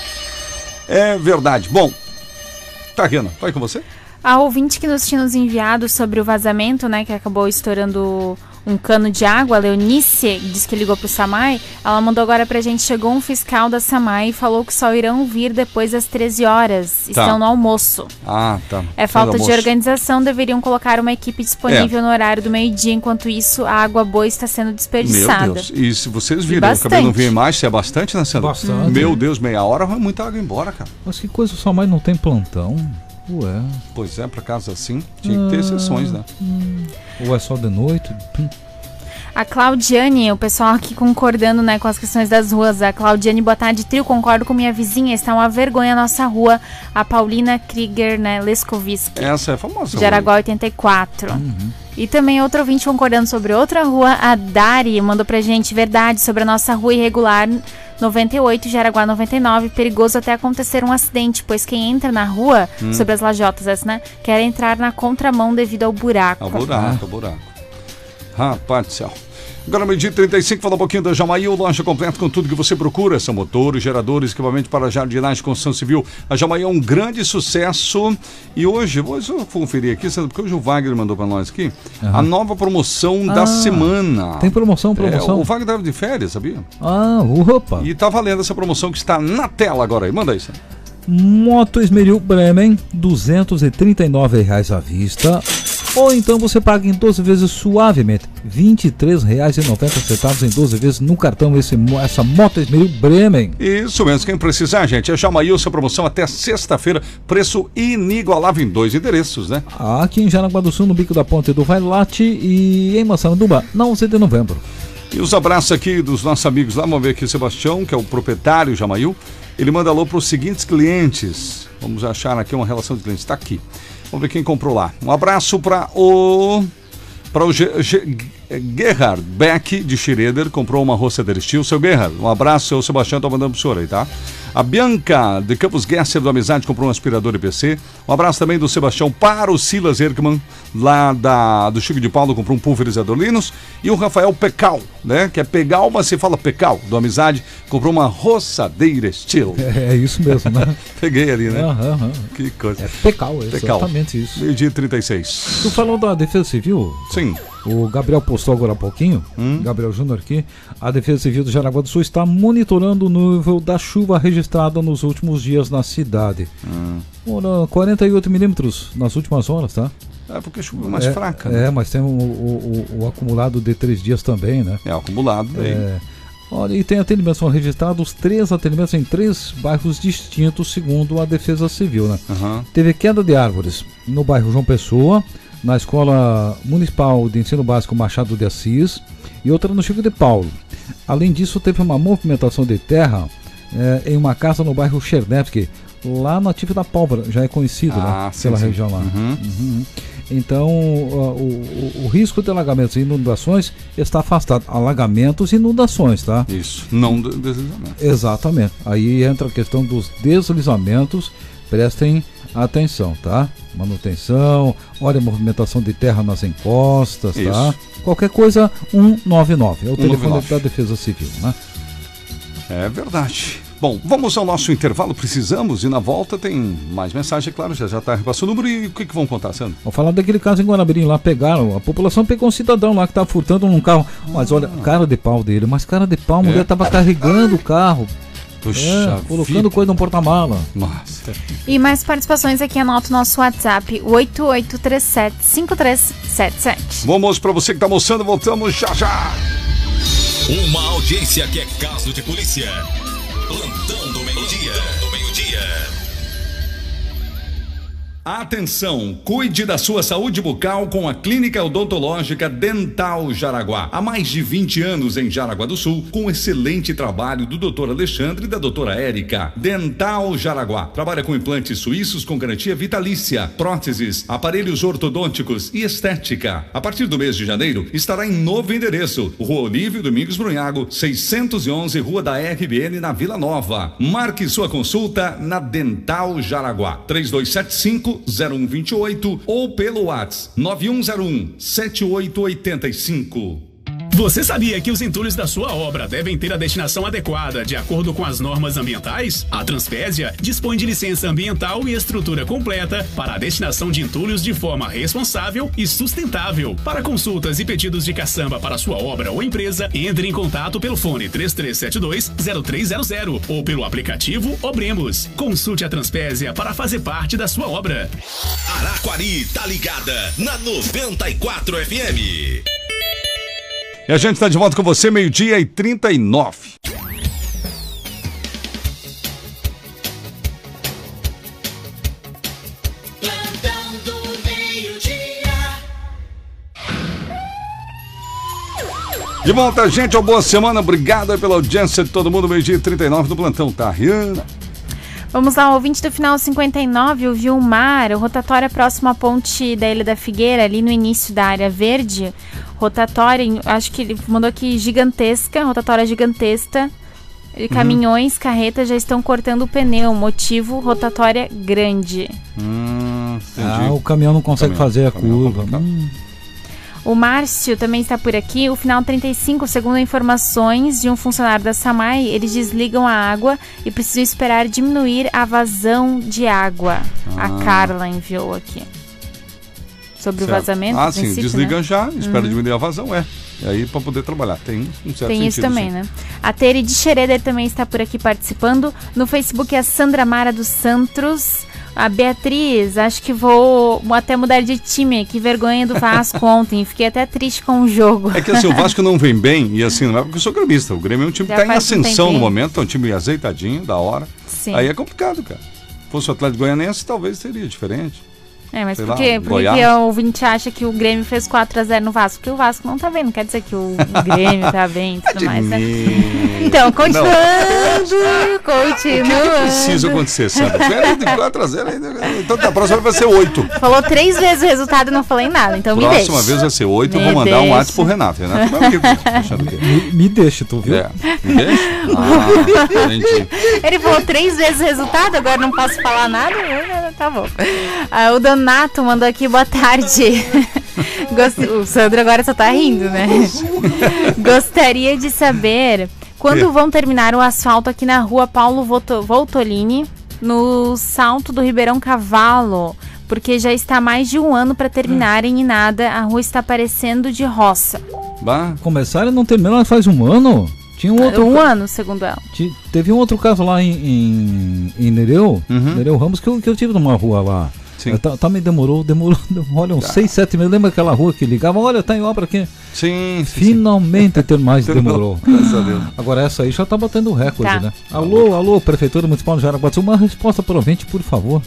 É verdade. Bom, tá, Renan, vai com você? A ouvinte que nos tinha nos enviado sobre o vazamento, né, que acabou estourando um cano de água, a Leonice, diz que ligou pro Samai, ela mandou agora pra gente, chegou um fiscal da Samai e falou que só irão vir depois das treze horas, estão no almoço. Ah, tá. É falta Pelo de almoço. organização, deveriam colocar uma equipe disponível no horário do meio-dia, enquanto isso a água boa está sendo desperdiçada. Meu Deus, e se vocês E viram, eu acabei de não bastante. ver mais, se é bastante, né, Sandro? Bastante. Meu Deus, meia hora vai muita água embora, cara. Mas que coisa, o Samai não tem plantão? Ué. Pois é, pra casa assim, tinha que ter exceções, né? Ou é só de noite? Hum. A Claudiane, o pessoal aqui concordando, né, com as questões das ruas. A Claudiane, boa tarde, trio, concordo com minha vizinha, está uma vergonha a nossa rua. A Paulina Krieger, né, Leskovski, Essa é famosa. de Araguá oitenta e quatro. E também outro ouvinte concordando sobre outra rua, a Dari, mandou pra gente, verdade, sobre a nossa rua irregular noventa e oito, Jaraguá noventa e nove, perigoso até acontecer um acidente, pois quem entra na rua, sobre as lajotas, essa, né, quer entrar na contramão devido ao buraco. É o buraco, é o buraco. Rapaz do céu. Agora, meio-dia e trinta e cinco, fala um pouquinho da Jamail, loja completa com tudo que você procura. São motores, geradores, equipamento para jardinagem e construção civil. A Jamail é um grande sucesso. E hoje, hoje eu vou conferir aqui, sabe, porque hoje o Wagner mandou para nós aqui, Aham. a nova promoção da Ah, semana. Tem promoção, promoção? É, o Wagner estava de férias, sabia? Ah, opa. E tá valendo essa promoção que está na tela agora aí. Manda isso. Moto Esmeril Bremen, duzentos e trinta e nove reais à vista. Ou então você paga em doze vezes suavemente, vinte e três reais e noventa centavos em doze vezes no cartão, esse, essa Moto Esmeril Bremen. Isso mesmo, quem precisar, gente, é Jamail, essa promoção até sexta-feira, preço inigualável em dois endereços, né? Aqui em Jaraguá do Sul, no Bico da Ponte do Vailate e em Massaranduba, na onze de novembro. E os abraços aqui dos nossos amigos lá, vamos ver aqui o Sebastião, que é o proprietário Jamail. Ele manda alô para os seguintes clientes. Vamos achar aqui uma relação de clientes. Está aqui. Vamos ver quem comprou lá. Um abraço para o para o Ge- Ge- Gerhard Beck de Schroeder, comprou uma roçadeira Steel. Seu Gerhard, um abraço, seu Sebastião está mandando para o senhor aí, tá? A Bianca de Campos Gesser do Amizade comprou um aspirador I P C. Um abraço também do Sebastião para o Silas Erkman, lá da, do Chico de Paulo, comprou um pulverizador Linus. E o Rafael Pecal, né? Que é Pegal, mas se fala Pecal, do Amizade, comprou uma roçadeira Steel. É, é isso mesmo, né? Peguei ali, né? Aham, aham. Que coisa. É Pecal, é Pecal. exatamente isso. Meio-dia e trinta e seis. Tu falou da Defesa Civil? Sim. O Gabriel postou agora há pouquinho, Hum? Gabriel Júnior aqui, a Defesa Civil do Jaraguá do Sul está monitorando o nível da chuva registrada nos últimos dias na cidade. Hum. Ora, quarenta e oito milímetros nas últimas horas, tá? É porque a chuva é mais é, fraca, né? É, mas tem o, o, o, o acumulado de três dias também, né? É, acumulado daí. É, olha, e tem atendimentos, foram registrados três atendimentos em três bairros distintos, segundo a Defesa Civil, né? Aham. Teve queda de árvores no bairro João Pessoa, na Escola Municipal de Ensino Básico Machado de Assis e outra no Chico de Paulo. Além disso, teve uma movimentação de terra eh, em uma casa no bairro Chernevski, lá no Ativo da Pólvora, já é conhecido Ah, né, sim, pela sim. região lá. Uhum. Uhum. Então, uh, o, o, o risco de alagamentos e inundações está afastado. Alagamentos e inundações, tá? Isso, não de- deslizamento. Exatamente. Aí entra a questão dos deslizamentos. Prestem atenção, tá? Manutenção, olha a movimentação de terra nas encostas, tá? Isso. Qualquer coisa, cento e noventa e nove. É o telefone cento e noventa e nove. da Defesa Civil, né? É verdade. Bom, vamos ao nosso intervalo, precisamos, e na volta tem mais mensagem, claro, já já está repassando o número. E o que, que vão contar, Sandro? Vou falar daquele caso em Guanabirim, lá pegaram, a população pegou um cidadão lá que estava furtando num carro, mas olha, cara de pau dele, mas cara de pau, a mulher É. estava carregando o carro, Puxa, é, colocando vida. coisa no porta-mala. Nossa. E mais participações aqui, anota o nosso WhatsApp, oito oito três sete, cinco três sete sete. Vamos para você que está almoçando, voltamos já já. Uma audiência que é caso de polícia. Plantão do meio-dia. Do meio-dia. Atenção, cuide da sua saúde bucal com a Clínica Odontológica Dental Jaraguá. Há mais de vinte anos em Jaraguá do Sul, com excelente trabalho do doutor Alexandre e da doutora Érica. Dental Jaraguá trabalha com implantes suíços com garantia vitalícia, próteses, aparelhos ortodônticos e estética. A partir do mês de janeiro, estará em novo endereço, Rua Olívio Domingos Brunhago, seiscentos e onze, Rua da R B N, na Vila Nova. Marque sua consulta na Dental Jaraguá, três dois sete cinco, zero um dois oito ou pelo WhatsApp nove um zero um, sete oito oito cinco. Você sabia que os entulhos da sua obra devem ter a destinação adequada de acordo com as normas ambientais? A Transpésia dispõe de licença ambiental e estrutura completa para a destinação de entulhos de forma responsável e sustentável. Para consultas e pedidos de caçamba para sua obra ou empresa, entre em contato pelo fone três três sete dois, zero três zero zero ou pelo aplicativo Obremos. Consulte a Transpésia para fazer parte da sua obra. Araquari tá ligada na noventa e quatro F M. E a gente está de volta com você, meio-dia e trinta e nove. Plantão do meio-dia. De volta, gente, uma boa semana. Obrigado aí pela audiência de todo mundo. Meio-dia e trinta e nove do Plantão, tá? Rihanna. Vamos lá, o ouvinte do final cinquenta e nove, o Vilmar, o rotatório é próximo à ponte da Ilha da Figueira, ali no início da área verde. Rotatória, acho que ele mandou aqui gigantesca, rotatória gigantesca. E caminhões, uhum. carretas já estão cortando o pneu, motivo rotatória grande. Hum, ah, o caminhão não consegue caminhão, fazer a curva. Hum. O Márcio também está por aqui. O final trinta e cinco, segundo informações de um funcionário da SAMAI, eles desligam a água e precisam esperar diminuir a vazão de água. Ah. A Carla enviou aqui. Sobre certo. O vazamento. Ah, sim, desliga, né? Já, espera uhum. diminuir a vazão, é. E aí para poder trabalhar. Tem um certo Tem isso sentido, também, sim. né? A Tere de Schroeder também está por aqui participando. No Facebook é a Sandra Mara dos Santos. A Beatriz, acho que vou até mudar de time. Que vergonha do Vasco ontem. Fiquei até triste com o jogo. É que assim, o Vasco não vem bem. E assim, não é porque eu sou gremista. O Grêmio é um time que está em ascensão um no momento. É um time azeitadinho, da hora. Sim. Aí é complicado, cara. Se fosse o Atlético Goianiense, talvez seria diferente. É, mas por que o ouvinte acha que o Grêmio fez quatro a zero no Vasco? Porque o Vasco não tá bem, não quer dizer que o Grêmio tá bem e tudo mais, né? Então, continuando, continuando. O que, que precisa acontecer, sabe? De quatro a zero, então da próxima vai ser oito. Falou três vezes o resultado e não falei nada, então me deixa. Próxima vez vai ser oito, eu vou mandar deixa. um WhatsApp pro Renato. Renato me, me deixa, tu viu? É. Me deixa? Ah, entendi. Ele falou três vezes o resultado, agora não posso falar nada? Tá bom. Ah, o Donato mandou aqui, boa tarde. Gost... O Sandro agora só tá rindo, né? Gostaria de saber quando que? vão terminar o asfalto aqui na rua Paulo Volto... Voltolini, no Salto do Ribeirão Cavalo, porque já está mais de um ano para terminarem e nada, a rua está parecendo de roça. Bah. Começaram e não terminaram faz um ano? Tinha um outro um ca... ano, segundo ela. Te... Teve um outro caso lá em, em, em Nereu, uhum. Nereu Ramos, que eu, que eu tive numa rua lá. Sim. Tá, tá, me demorou, demorou, olha, uns seis, sete meses. Lembra aquela rua que ligava? Olha, tá em obra aqui. Sim, sim. Finalmente ter mais demorou. Graças a Deus. Agora essa aí já tá batendo o recorde, tá. né? Alô, alô, Prefeitura Municipal de Jaraguá do Sul, uma resposta para o ouvinte, por favor.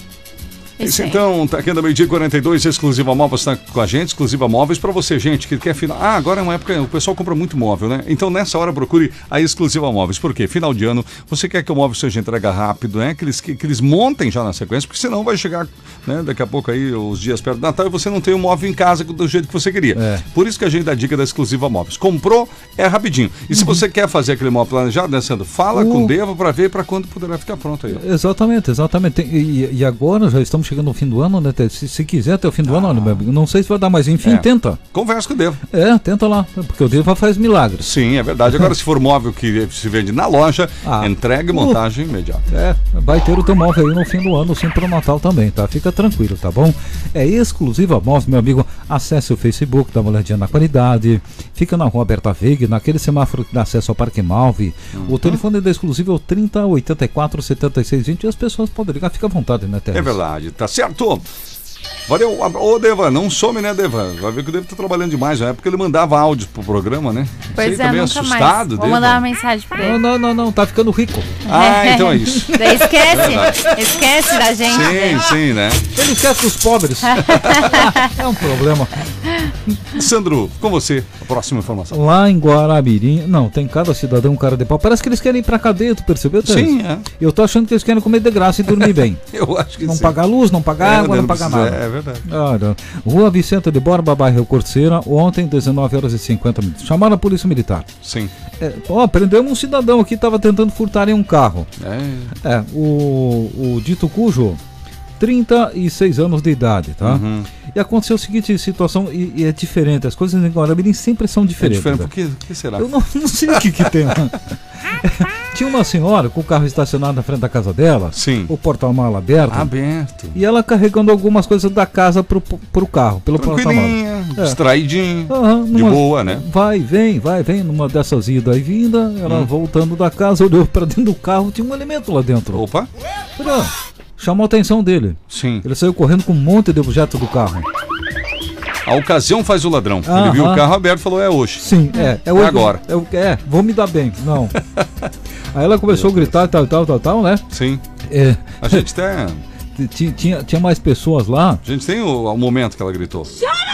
Isso então, tá aqui no meio-dia quarenta e dois, Exclusiva Móveis está com a gente, Exclusiva Móveis para você, gente, que quer final. Ah, agora é uma época, o pessoal compra muito móvel, né? Então nessa hora procure a Exclusiva Móveis, porque final de ano, você quer que o móvel seja entrega rápido, né? Que eles, que, que eles montem já na sequência, porque senão vai chegar, né, daqui a pouco aí, os dias perto do Natal, e você não tem o móvel em casa do jeito que você queria. É. Por isso que a gente dá a dica da Exclusiva Móveis. Comprou, é rapidinho. E uhum. se você quer fazer aquele móvel planejado, né, Sandro? Fala uh. com o Devo para ver para quando poderá ficar pronto aí. Ó. Exatamente, exatamente. E, e agora já estamos chegando no fim do ano, né? Se, se quiser até o fim do ah. ano, olha, meu amigo, não sei se vai dar, mas enfim, é. tenta. Conversa com o Devo. É, tenta lá, porque o Devo faz milagres. Sim, é verdade. Agora, se for móvel que se vende na loja, ah. entrega e montagem uh. imediata. É, vai ter o teu móvel aí no fim do ano, sim, pro Natal também, tá? Fica tranquilo, tá bom? É Exclusiva Móveis, meu amigo. Acesse o Facebook, dá uma olhadinha na qualidade. Fica na rua Berta Veiga, naquele semáforo que dá acesso ao Parque Malve. Uhum. O telefone da Exclusiva é o trinta, oitenta e quatro, setenta e seis, vinte e as pessoas podem ligar, fica à vontade, né, Teres? É verdade, tá certo. Valeu. Ô, Deva, não some, né, Deva? Vai ver que o Deva tá trabalhando demais. Na época ele mandava áudio pro programa, né? Pois Você é, também nunca assustado, mais. Vou Deva? mandar uma mensagem pra ele. Não, não, não, não, tá ficando rico. Ah, então é isso. Daí esquece. Esquece da gente. Sim, sim, né? Ele esquece dos pobres. É um problema. Sandro, com você, a próxima informação. Lá em Guaramirim, não, tem cada cidadão um cara de pau. Parece que eles querem ir pra cadeia, tu percebeu, Tércio? Sim, é. Eu tô achando que eles querem comer de graça e dormir bem. Eu acho que Não sim. pagar luz, não pagar É, água, não não pagar precisa- nada. É verdade. Olha, Rua Vicente de Borba, bairro Corceira, ontem, dezenove horas e cinquenta minutos. Chamaram a polícia militar. Sim. É, ó, prendemos um cidadão aqui que estava tentando furtar em um carro. É. É, o, o dito cujo, trinta e seis anos de idade, tá? Uhum. E aconteceu a seguinte situação, e, e é diferente, as coisas em Guaramirim sempre são É diferentes. diferente. né? Por que, por que será? Eu não, não sei o que que tem. Tinha uma senhora com o carro estacionado na frente da casa dela, Sim. o porta-mala aberto, Aberto. e ela carregando algumas coisas da casa pro, pro carro, pelo porta-mala. Tranquilinha, É. distraidinho. Aham, De numa- boa, né? Vai, vem, vai, vem, numa dessas idas e vinda, ela Hum. voltando da casa, olhou pra dentro do carro, tinha um elemento lá dentro. Opa. Olha, chamou a atenção dele. Sim. Ele saiu correndo com um monte de objeto do carro. A ocasião faz o ladrão. Ele Aham. viu o carro aberto e falou, é hoje. Sim, é. É, É hoje- agora. É, o- é, vou me dar bem. Não. Aí ela começou a gritar, tal, tal, tal, tal, né? Sim. É, A gente tem, ti- tinha, tinha mais pessoas lá. a gente tem o, o momento que ela gritou.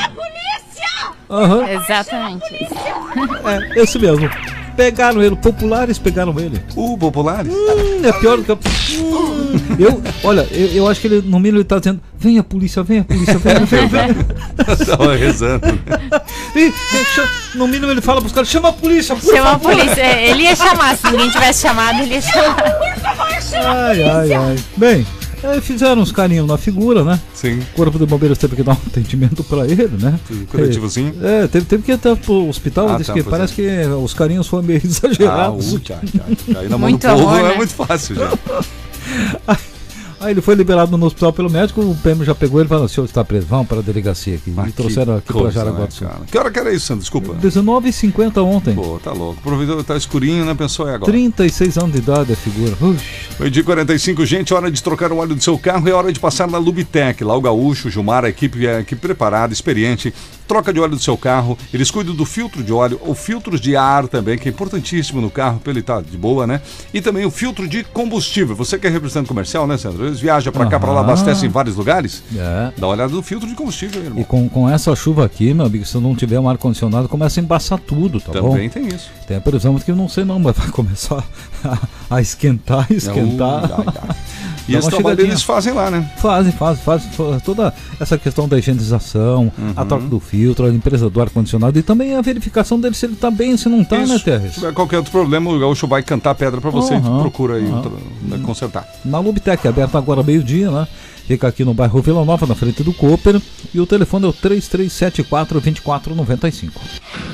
Aham, Exatamente. é, esse mesmo. Pegaram ele, populares pegaram ele. O Populares? Hum, é pior do que. Hum, eu, olha, eu, eu acho que ele, no mínimo, ele tá dizendo: vem a polícia, vem a polícia, vem, vem, vem. Tava rezando. E, e, cha- no mínimo, ele fala pros caras: chama a polícia, por Chama a favor. polícia. Ele ia chamar, se ninguém tivesse chamado, ele ia chamar. Ai, ai, ai. Bem, aí fizeram uns carinhos na figura, né? Sim. O Corpo de Bombeiros teve que dar um atendimento pra ele, né? Um coletivozinho. É, teve, teve que ir até pro hospital. Ah, Disse tá, que pois parece que os carinhos foram meio Ah, exagerados. uh, tchá, tchá. Aí na mão Muito do povo amor, é né? muito fácil, já. Aí ele foi liberado no hospital pelo médico, o P M já pegou ele e falou: o senhor está preso, vamos para a delegacia aqui. Mas E trouxeram que aqui para coisa, Jaraguá né, do Sul. cara? Que hora que era isso, Sandro? Desculpa. dezenove e cinquenta ontem. Pô, tá louco. Aproveitou, tá escurinho, né? Pensou, é agora. trinta e seis anos de idade a figura. Ux. Meio-dia e quarenta e cinco, gente, hora de trocar o óleo do seu carro, é hora de passar na Lubitec. Lá o Gaúcho, o Gilmar, a equipe, a equipe preparada, experiente, troca de óleo do seu carro, eles cuidam do filtro de óleo, ou filtros de ar também, que é importantíssimo no carro, pra ele tá de boa, né? E também o filtro de combustível. Você que é representante comercial, né, Sandro? Eles viajam pra cá, pra lá, Aham. abastecem em vários lugares. É. Dá uma olhada no filtro de combustível, E irmão. com, com essa chuva aqui, meu amigo, se não tiver um ar-condicionado, começa a embaçar tudo, tá bom? Também tem isso. Tem a previsão que eu não sei não, mas vai começar a, a esquentar, esquentar. Uh, dá, dá. E Dá esse uma trabalho chegadinha. eles fazem lá, né? Fazem, fazem, fazem. fa- Toda essa questão da higienização, Uhum. a troca do filtro, a limpeza do ar-condicionado e também a verificação dele se ele tá bem, se não tá, Isso. né, Se Terres? tiver qualquer outro problema, o Gaúcho vai cantar pedra pra você Aham, e procura aí aham. tra- né, consertar. Na Lubitec, aberta agora meio-dia, né? Fica aqui no bairro Vila Nova, na frente do Cooper. E o telefone é o três três sete quatro, dois quatro nove cinco.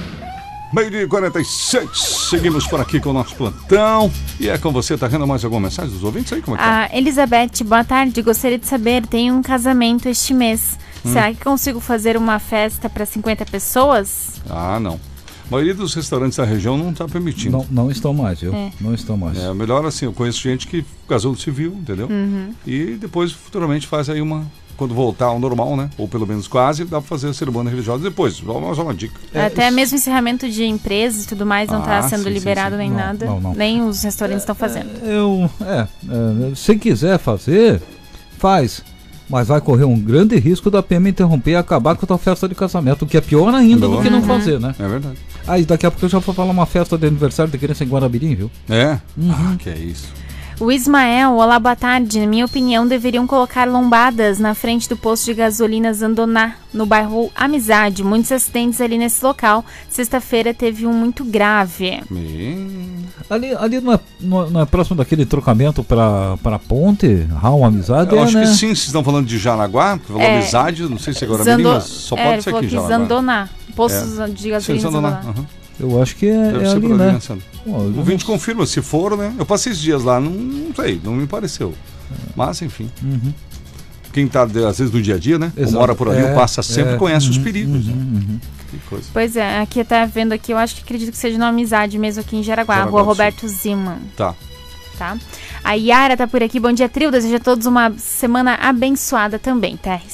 Meio-dia e quarenta e seis, seguimos por aqui com o nosso plantão. E é com você, tá vendo mais alguma mensagem dos ouvintes aí? Como é que tá? A Elizabeth, boa tarde. Gostaria de saber, tenho um casamento este mês. Hum. Será que consigo fazer uma festa para cinquenta pessoas? Ah, não. A maioria dos restaurantes da região não tá permitindo. Não, não estão mais, viu? É. Não estão mais. É melhor assim, eu conheço gente que casou no civil, entendeu? Uhum. E depois, futuramente, faz aí uma... Quando voltar ao normal, né? Ou pelo menos quase, dá pra fazer a cerimônia religiosa depois. Vamos uma dica. Até mesmo encerramento de empresas e tudo mais não está Ah, sendo sim, sim, liberado sim. nem Não, nada. não, não. Nem os restaurantes estão fazendo. Eu, é, é, se quiser fazer, faz. Mas vai correr um grande risco da P M interromper e acabar com a tua festa de casamento, o que é pior ainda Boa. do que não Uhum. fazer, né? É verdade. Aí daqui a pouco eu já vou falar uma festa de aniversário de criança em Guarabirim, viu? É? Ah, que é isso. O Ismael, olá, boa tarde. Na minha opinião, deveriam colocar lombadas na frente do posto de gasolina Zandoná, no bairro Amizade. Muitos acidentes ali nesse local. Sexta-feira teve um muito grave. Me... Ali, ali não, é, não, é, não é próximo daquele trocamento para para ponte, Raul Amizade, Eu é, acho né? que sim, vocês estão falando de Jaraguá, porque falou É. amizade, não sei se agora Zando- é mas só é, pode ele ser falou aqui que Jaraguá. Zandoná. Postos É. de Sim, gasolina Zandoná. Zandoná. Aham. Eu acho que é, Deve é ser ali, por ali, né? né, Sandro? Bom, eu O não- ouvinte confirma, se for, né? Eu passei esses dias lá, não, não sei, não me pareceu. Mas, enfim. Uhum. Quem tá, de- às vezes, no dia a dia, né? Ou Exato. mora por ali, É, ou passa sempre, é. conhece os Uhum, perigos, uhum, né? uhum. Que coisa. Pois é, aqui tá vendo aqui, eu acho que acredito que seja no Amizade mesmo aqui em Jaraguá, Jaraguá Rua do Sul. Roberto Zima, Tá. tá? A Yara tá por aqui, bom dia, trio, desejo a todos uma semana abençoada também, Terres.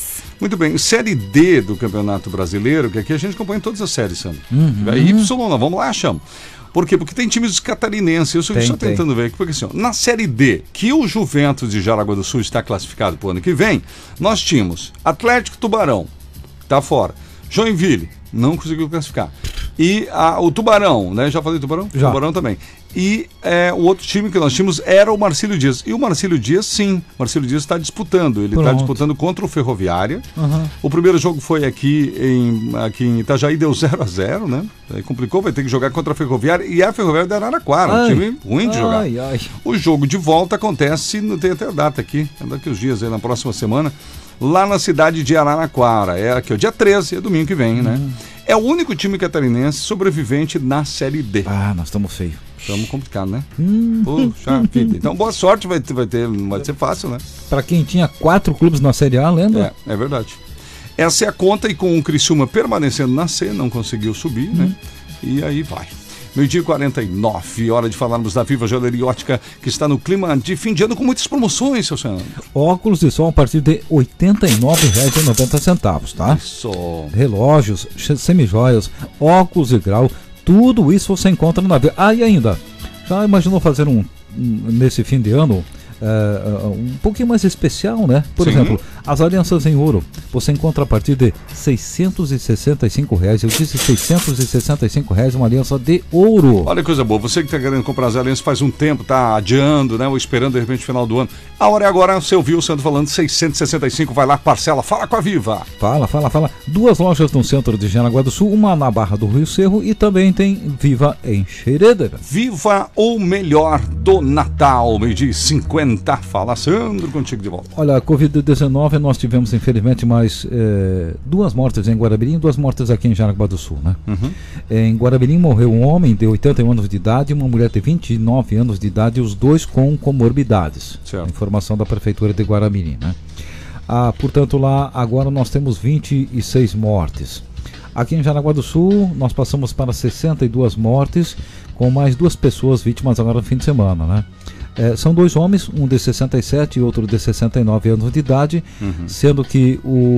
Muito bem, Série D do Campeonato Brasileiro, que aqui a gente acompanha todas as séries, Sandro. Uhum. É Y, não, vamos lá, chama. Por quê? Porque tem times catarinenses, eu estou Tem, só tem. tentando ver aqui, porque assim, ó, na Série D, que o Juventus de Jaraguá do Sul está classificado para o ano que vem, nós tínhamos Atlético Tubarão, tá fora, Joinville, não conseguiu classificar, e a, o Tubarão, né, já falei Tubarão? Já. Tubarão também. E é, o outro time que nós tínhamos era o Marcílio Dias. E o Marcílio Dias, sim, o Marcílio Dias está disputando. Ele está Pronto. disputando contra o Ferroviária. Uhum. O primeiro jogo foi aqui em, aqui em Itajaí, deu zero a zero, né? Aí complicou, vai ter que jogar contra a Ferroviária. E a Ferroviária de Araraquara, um Ai. time ruim de jogar. Ai, ai. O jogo de volta acontece, não tem até a data aqui, é daqui uns dias, aí, na próxima semana, lá na cidade de Araraquara. É aqui, o dia treze, é domingo que vem, né? É o único time catarinense sobrevivente na Série D. Ah, nós estamos feios. Estamos complicados, né? Hum. Puxa vida. Então, boa sorte, vai ter, vai ter, não vai ser fácil, né? Pra quem tinha quatro clubes na Série A, lembra? É, é verdade. Essa é a conta, e com o Criciúma permanecendo na C, não conseguiu subir, né? E aí vai. Meio-dia e quarenta e nove, hora de falarmos da Viva Joalheria Ótica, que está no clima de fim de ano com muitas promoções, seu Sandro. Óculos de sol a partir de oitenta e nove reais e noventa centavos, tá? Isso. Relógios, semijoias, óculos de grau, tudo isso você encontra na Viva. Ah, e ainda, já imaginou fazer um, um nesse fim de ano, uh, um pouquinho mais especial, né? Por Sim. exemplo, as alianças em ouro, você encontra a partir de seiscentos e sessenta e cinco reais. Eu disse seiscentos e sessenta e cinco reais uma aliança de ouro. Olha que coisa boa, você que está querendo comprar as alianças faz um tempo, tá adiando, né? Ou esperando de repente o final do ano. A hora é agora, você ouviu o Sandro falando seiscentos e sessenta e cinco, vai lá, parcela, fala com a Viva. Fala, fala, fala. Duas lojas no centro de Jaraguá do Sul, uma na Barra do Rio Cerro e também tem Viva em Xereda. Viva o melhor do Natal, meio-dia e cinquenta. Fala, Sandro, contigo de volta. Olha, a covid dezenove, nós tivemos infelizmente mais é, duas mortes em Guarabirim e duas mortes aqui em Jaraguá do Sul, né? Uhum. Em Guarabirim morreu um homem de oitenta e um anos de idade e uma mulher de vinte e nove anos de idade, os dois com comorbidades. Certo. Informação da Prefeitura de Guarabirim, né? Ah, portanto, lá agora nós temos vinte e seis mortes. Aqui em Jaraguá do Sul, nós passamos para sessenta e duas mortes, com mais duas pessoas vítimas agora no fim de semana, né? É, são dois homens, um de sessenta e sete e outro de sessenta e nove anos de idade, uhum. sendo que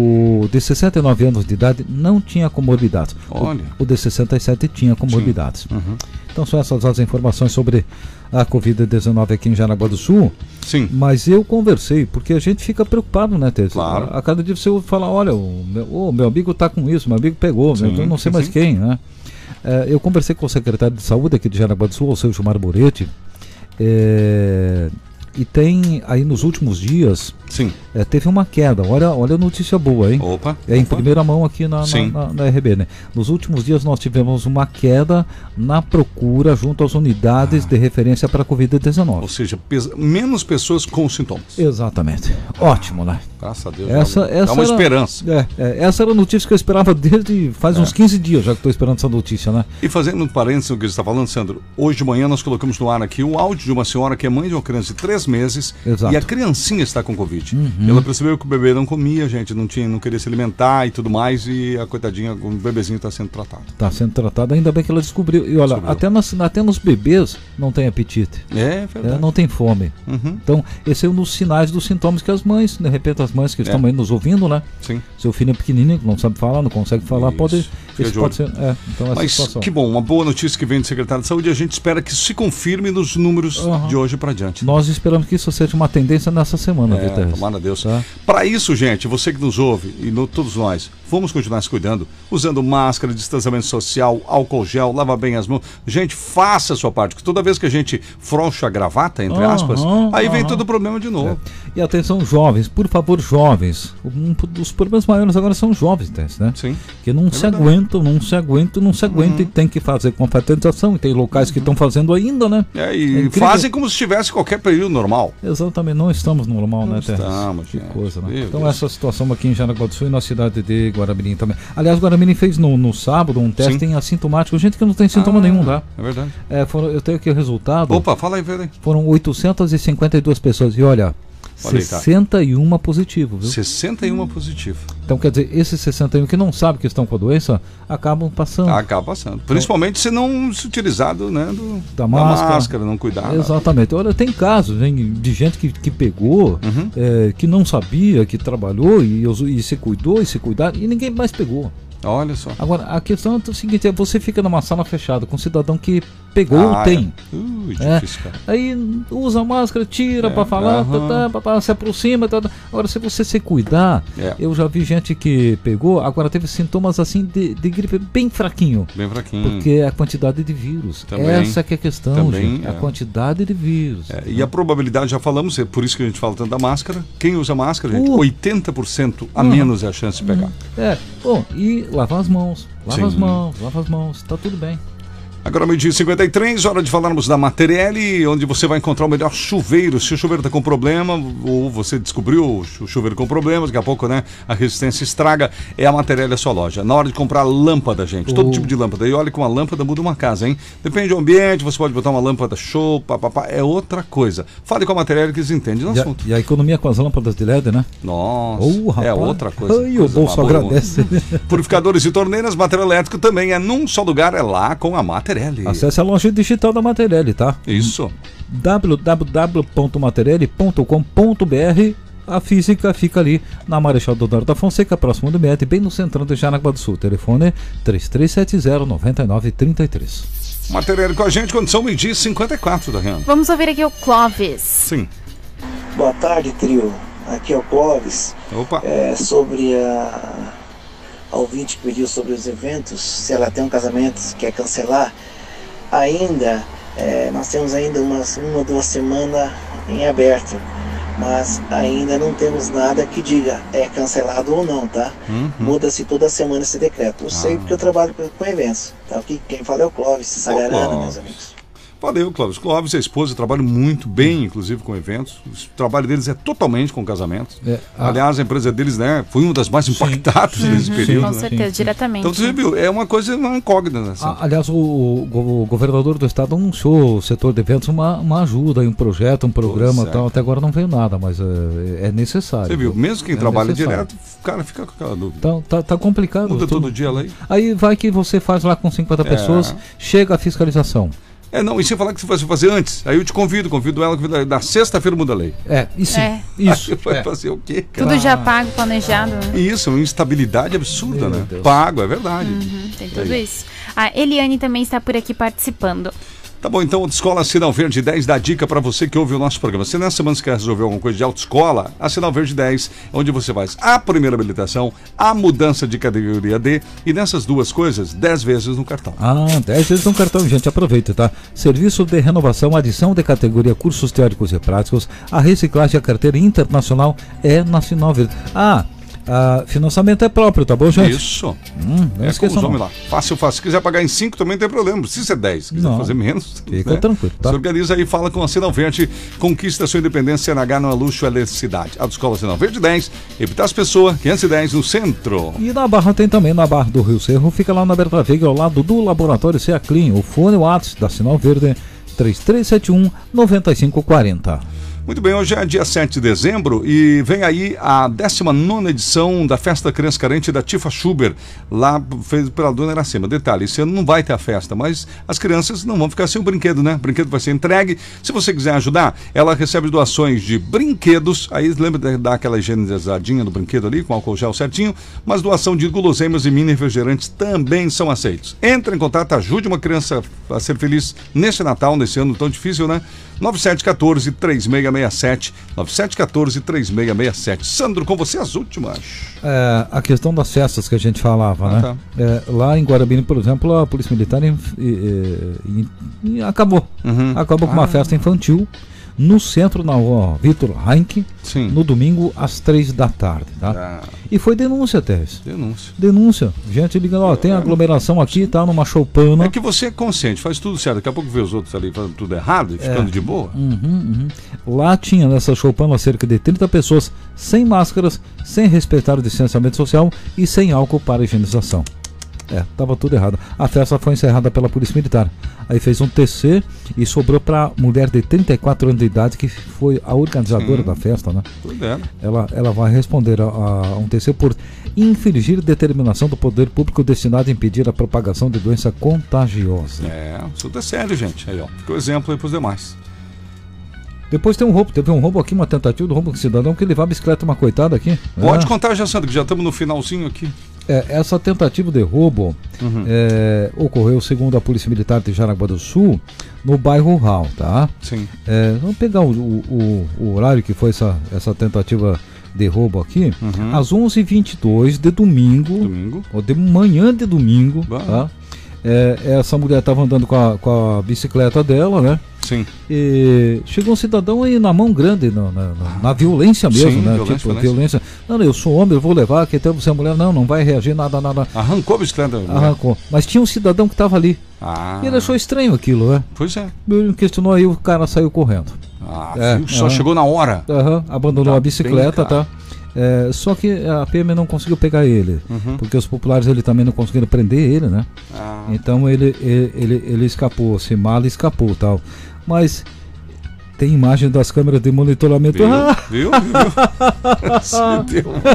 o de sessenta e nove anos de idade não tinha comorbidades. Olha. O, o de sessenta e sete tinha comorbidades. Uhum. Então são essas as informações sobre a covid dezenove aqui em Jaraguá do Sul. Sim. Mas eu conversei, porque a gente fica preocupado, né, Tese? Claro. A, a cada dia você fala, olha, o meu, o meu amigo está com isso, meu amigo pegou, Sim, eu não sei sim, mais sim. quem, né? É, eu conversei com o secretário de saúde aqui de Jaraguá do Sul, o seu Gilmar Moretti. É, e tem aí nos últimos dias, Sim. É, teve uma queda. Olha, olha a notícia boa, hein? Opa. É em opa. primeira mão aqui na, Sim. na, na, na R B, né? Nos últimos dias nós tivemos uma queda na procura junto às unidades ah. de referência para a covid dezenove. Ou seja, pes- menos pessoas com sintomas. Exatamente. Ótimo, né? Graças a Deus. Essa, é essa uma era, esperança. É, é, essa era a notícia que eu esperava desde faz é. uns quinze dias, já que estou esperando essa notícia, né? E fazendo um parênteses no que você está falando, Sandro, hoje de manhã nós colocamos no ar aqui o áudio de uma senhora que é mãe de uma criança de três meses. Exato. E a criancinha está com Covid. Uhum. Ela percebeu que o bebê não comia, gente, não tinha, não queria se alimentar e tudo mais, e a coitadinha, o bebezinho está sendo tratado. Está sendo tratado, ainda bem que ela descobriu. E olha, até, nas, até nos bebês não tem apetite. É verdade. É, não tem fome. Uhum. Então, esse é um dos sinais dos sintomas que as mães, de repente as mães que estão é. aí nos ouvindo, né? Sim. Seu filho é pequenininho, não sabe falar, não consegue falar, isso. pode... Isso pode ser, é, então essa Mas situação. Que bom, uma boa notícia que vem do secretário de saúde, e a gente espera que isso se confirme nos números uhum. de hoje para diante. Nós esperamos que isso seja uma tendência nessa semana, é, Vitor. Tomara a Deus. Tá? Para isso, gente, você que nos ouve e no, todos nós, vamos continuar se cuidando, usando máscara, distanciamento social, álcool gel, lava bem as mãos. Gente, faça a sua parte, porque toda vez que a gente frouxa a gravata, entre uhum, aspas, aí uhum. vem todo o problema de novo. É. E atenção, jovens, por favor, jovens. Um dos problemas maiores agora são os jovens, né? Sim. Que não é se verdade. aguentam, não se aguentam, não se aguentam uhum. e tem que fazer confraternização. E tem locais uhum. que estão fazendo ainda, né? É, e é fazem como se estivesse qualquer período normal. Exatamente, não estamos normal, não né, Terra? Estamos, que gente. coisa, né? Meu então Deus. Essa situação aqui em Jaraguá do Sul e na cidade de Guarabirim também. Aliás, Guarabirim fez no, no sábado um teste Sim. em assintomático, gente que não tem sintoma ah, nenhum, tá? É verdade. É, foram, eu tenho aqui o resultado. Opa, fala aí, velho. Foram oitocentas e cinquenta e duas pessoas. E olha, Olha aí, tá. sessenta e um positivo, viu? sessenta e um positivo. Então, quer dizer, esses sessenta e um que não sabem que estão com a doença, acabam passando. Acaba passando. Principalmente se não se utilizado, né, do, da, da máscara. máscara, não cuidar. Exatamente. Olha, tem casos, hein, de gente que, que pegou, Uhum. é, que não sabia, que trabalhou e, e se cuidou e se cuidar, e ninguém mais pegou. Olha só. Agora, a questão é o seguinte, é você fica numa sala fechada com um cidadão que pegou Ah, ou tem. É. Uh, É. difícil, cara. Aí usa a máscara, tira É, pra falar, aham. tá, tá, tá, se aproxima. Tá, tá. Agora, se você se cuidar, É. eu já vi gente que pegou, agora teve sintomas assim de, de gripe bem fraquinho. Bem fraquinho. Porque é a quantidade de vírus. Também. Essa que é a questão, Também, gente. é. A quantidade de vírus. É, e a probabilidade, já falamos, é por isso que a gente fala tanto da máscara. Quem usa máscara, gente, Uh. oitenta por cento a Uhum. menos é a chance de pegar. É, bom, e lavar as mãos, lava Sim. as mãos, lava as mãos, tá tudo bem. Agora, meio-dia e cinquenta e três, hora de falarmos da Materielle, onde você vai encontrar o melhor chuveiro. Se o chuveiro está com problema, ou você descobriu o chuveiro com problema, daqui a pouco, né, a resistência estraga, é a Materielle a sua loja. Na hora de comprar lâmpada, gente, todo Oh. tipo de lâmpada. E olha que uma lâmpada muda uma casa, hein? Depende do ambiente, você pode botar uma lâmpada show, papapá, é outra coisa. Fale com a Materielle que eles entendem do E a, assunto. e a economia com as lâmpadas de L E D, né? Nossa, Oh, rapaz. é outra coisa. Ai, o coisa bolso boa. agradece. Purificadores e torneiras, material elétrico também é num só lugar, é lá com a Materielle. Acesse a loja digital da Materielle, tá? Isso. w w w ponto materielle ponto com ponto b r. A física fica ali na Marechal Deodoro da Fonseca, próximo do M E T, bem no centrão de Jaraguá do Sul. Telefone três três sete zero nove nove três três. Materielle com a gente, condição meio-dia e cinquenta e quatro, Dariano. Vamos ouvir aqui o Clóvis. Sim. Boa tarde, trio. Aqui é o Clóvis. Opa. É, sobre a, a ouvinte que pediu sobre os eventos, se ela tem um casamento que quer cancelar, ainda, é, nós temos ainda umas, uma ou duas semanas em aberto, mas ainda não temos nada que diga é cancelado ou não, tá? Uhum. Muda-se toda semana esse decreto. Eu sei porque eu trabalho com, com eventos. Tá? Aqui, quem fala é o Clóvis, Sagarana, Clóvis. meus amigos. Valeu, Clóvis. Clóvis e a esposa trabalham muito bem, inclusive, com eventos. O trabalho deles é totalmente com casamentos. É, a- Aliás, a empresa deles, né, foi uma das mais impactadas nesse período. Com né? certeza, sim. diretamente. Então, você viu, é uma coisa, uma incógnita, né? assim. A- aliás, o, o- o governador do estado anunciou o setor de eventos uma, uma ajuda, um projeto, um programa Pois é. tal. Até agora não veio nada, mas é, é necessário. Você viu, mesmo quem É trabalha necessário. direto, o cara fica com aquela dúvida. Então tá, tá complicado. Muda tudo. todo dia a lei. Aí vai que você faz lá com cinquenta É. pessoas, chega a fiscalização. É, não, e sem falar que você vai fazer antes. Aí eu te convido, convido ela, convido, na sexta-feira muda a lei. É, isso. É. Isso. Aí vai é. fazer o quê, cara? Tudo já pago, planejado, né? Isso, uma instabilidade absurda, Meu né? Deus. Pago, é verdade. Uhum, tem tudo Aí. isso. A Eliane também está por aqui participando. Tá bom, então, Autoescola Sinal Verde dez dá dica para você que ouve o nosso programa. Se nessa semana você quer resolver alguma coisa de autoescola, a Sinal Verde dez, onde você faz a primeira habilitação, a mudança de categoria D e nessas duas coisas, dez vezes no cartão. Ah, dez vezes no cartão, gente, aproveita, tá? Serviço de renovação, adição de categoria cursos teóricos e práticos, a reciclagem e a carteira internacional é na Sinal Verde. Ah, ah, financiamento é próprio, tá bom, gente? Isso. Hum, não É com os esqueçam homens não. lá. Fácil, fácil. Se quiser pagar em cinco, também não tem problema. Não precisa ser dez. Se quiser Não. fazer menos. Fica tranquilo, tá? Se organiza aí, fala com a Sinal Verde. Conquista sua independência. C N H não é luxo, é necessidade. Autoescola Sinal Verde dez. Evitar as pessoas. quinhentos e dez no centro. E na Barra tem também, na Barra do Rio Cerro, fica lá na Berta Veiga, ao lado do Laboratório Ceaclin. O fone WhatsApp da Sinal Verde, três três sete um, nove cinco quatro zero. Muito bem, hoje é dia sete de dezembro e vem aí a décima nona edição da Festa Criança Carente da Tifa Schubert, lá feito pela Dona Iracema. Detalhe, esse ano não vai ter a festa, mas as crianças não vão ficar sem o brinquedo, né? O brinquedo vai ser entregue. Se você quiser ajudar, ela recebe doações de brinquedos, aí lembra de dar aquela higienizadinha do brinquedo ali, com álcool gel certinho, mas doação de guloseimas e mini refrigerantes também são aceitos. Entre em contato, ajude uma criança a ser feliz nesse Natal, nesse ano tão difícil, né? nove sete um quatro, três seis seis sete, nove sete um quatro, três seis seis sete. Sandro, com você as últimas. É, a questão das festas que a gente falava, Ah, né? tá. É, lá em Guarabini, por exemplo, a Polícia Militar em- em- em- em- acabou. Uhum. Acabou com uma Ah. festa infantil no centro, na rua Vitor Heinck, Sim. no domingo, às três da tarde, tá? Ah, E foi denúncia, Teres. denúncia. Denúncia. Gente ligando, ó, tem aglomeração aqui, tá? Numa choupana. É que você é consciente, faz tudo certo. Daqui a pouco vê os outros ali fazendo tudo errado e ficando de boa. Uhum, uhum. Lá tinha nessa choupana cerca de trinta pessoas sem máscaras, sem respeitar o distanciamento social e sem álcool para higienização. É, tava tudo errado. A festa foi encerrada pela Polícia Militar. Aí fez um T C e sobrou pra mulher de trinta e quatro anos de idade, que foi a organizadora Sim. da festa, né? Tudo é. Ela, ela vai responder a, a um T C por infringir determinação do poder público destinada a impedir a propagação de doença contagiosa. É, isso é sério, gente. Aí, ó. Ficou exemplo aí pros demais. Depois tem um roubo, teve um roubo aqui, uma tentativa do roubo do cidadão que levava a bicicleta, uma coitada aqui. Pode é. contar já, Sandro, que já estamos no finalzinho aqui. É, essa tentativa de roubo uhum. é, ocorreu, segundo a Polícia Militar de Jaraguá do Sul, no bairro Rural, tá? Sim. É, vamos pegar o, o, o horário que foi essa, essa tentativa de roubo aqui. Uhum. Às onze e vinte e dois de domingo, domingo. ou de manhã de domingo, bah. tá? É, essa mulher estava andando com a, com a bicicleta dela, né? Sim. E chegou um cidadão aí na mão grande, na, na, na violência mesmo, Sim, né? Violência, tipo, violência. violência. Não, eu sou homem, eu vou levar, aqui até você é mulher. Não, não vai reagir, nada, nada. Arrancou a bicicleta. Arrancou. Mas tinha um cidadão que estava ali. Ah. E ele achou estranho aquilo, né? Pois é. Ele questionou aí, o cara saiu correndo. Ah, é, viu? Só uh-huh. chegou na hora. Uh-huh. Abandonou tá a bicicleta, bem, tá? É, só que a P M não conseguiu pegar ele, uhum. porque os populares ele também não conseguiram prender ele, né? Ah. Então ele, ele, ele, ele escapou, se mal escapou, tal. Mas tem imagem das câmeras de monitoramento. Viu? Ah! Viu? Viu? Se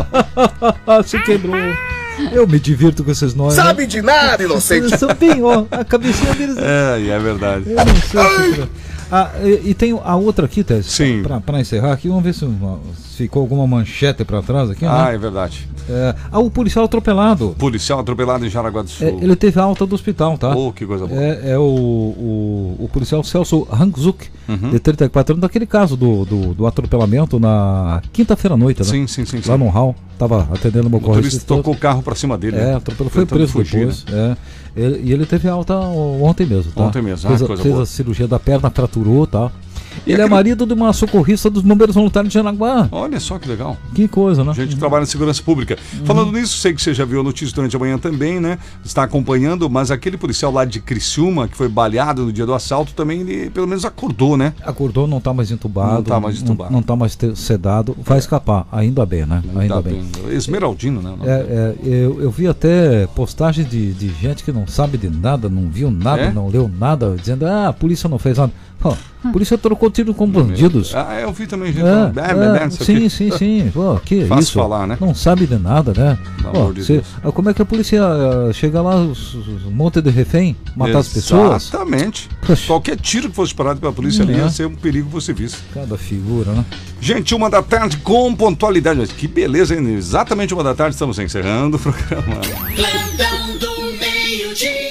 deu. Se quebrou. Eu me divirto com esses nós. Sabe né? de nada, inocente. Eles são bem, ó, a cabecinha deles. É, é verdade. Eu não sei. Ah, e, e tem a outra aqui, Tess. Sim. Pra, pra encerrar aqui, vamos ver se, se ficou alguma manchete pra trás aqui. Ah, né? é verdade. É, ah, o policial atropelado. Policial atropelado em Jaraguá do Sul. É, ele teve alta do hospital, tá? Oh, que coisa boa. É, é o, o, o policial Celso Hangzuk, uhum. de trinta e quatro anos, daquele caso do, do, do atropelamento na quinta-feira à noite, né? Sim, sim, sim. Lá sim. no hall, tava atendendo o meu correio. O motorista tocou o carro pra cima dele. É, né? atropelou, foi preso fugir, depois. Né? É, ele, e ele teve alta ontem mesmo, tá? Ontem mesmo, fez, ah, a, coisa fez boa. a cirurgia da perna, fraturou, tá? E ele aquele... é marido de uma socorrista dos bombeiros voluntários de Jaraguá. Olha só que legal. Que coisa, né? Gente que uhum. trabalha em segurança pública. Uhum. Falando nisso, sei que você já viu a notícia durante a manhã também, né? Está acompanhando, mas aquele policial lá de Criciúma, que foi baleado no dia do assalto, também ele pelo menos acordou, né? Acordou, não está mais entubado. Não está mais entubado. Não está mais sedado. Vai escapar, ainda bem, né? Ainda, ainda bem. bem. Esmeraldino, né? É, é, eu, eu vi até postagem de, de gente que não sabe de nada, não viu nada, é? não leu nada, dizendo, ah, a polícia não fez nada. Pô, a polícia trocou tiro com bandidos. Ah, eu vi também gente é, falando, é, é, é, sim, sim, sim. Pô, que Fácil isso? falar, né? Não sabe de nada, né? Pô, de cê, como é que a polícia uh, chega lá, um monte de refém, matar as pessoas? Exatamente. Poxa. Qualquer tiro que fosse parado pela polícia ali é. ia ser um perigo você visse. Cada figura, né? Gente, uma da tarde com pontualidade. Mas que beleza, hein? Exatamente uma da tarde, estamos encerrando o programa. Plantão do meio-dia.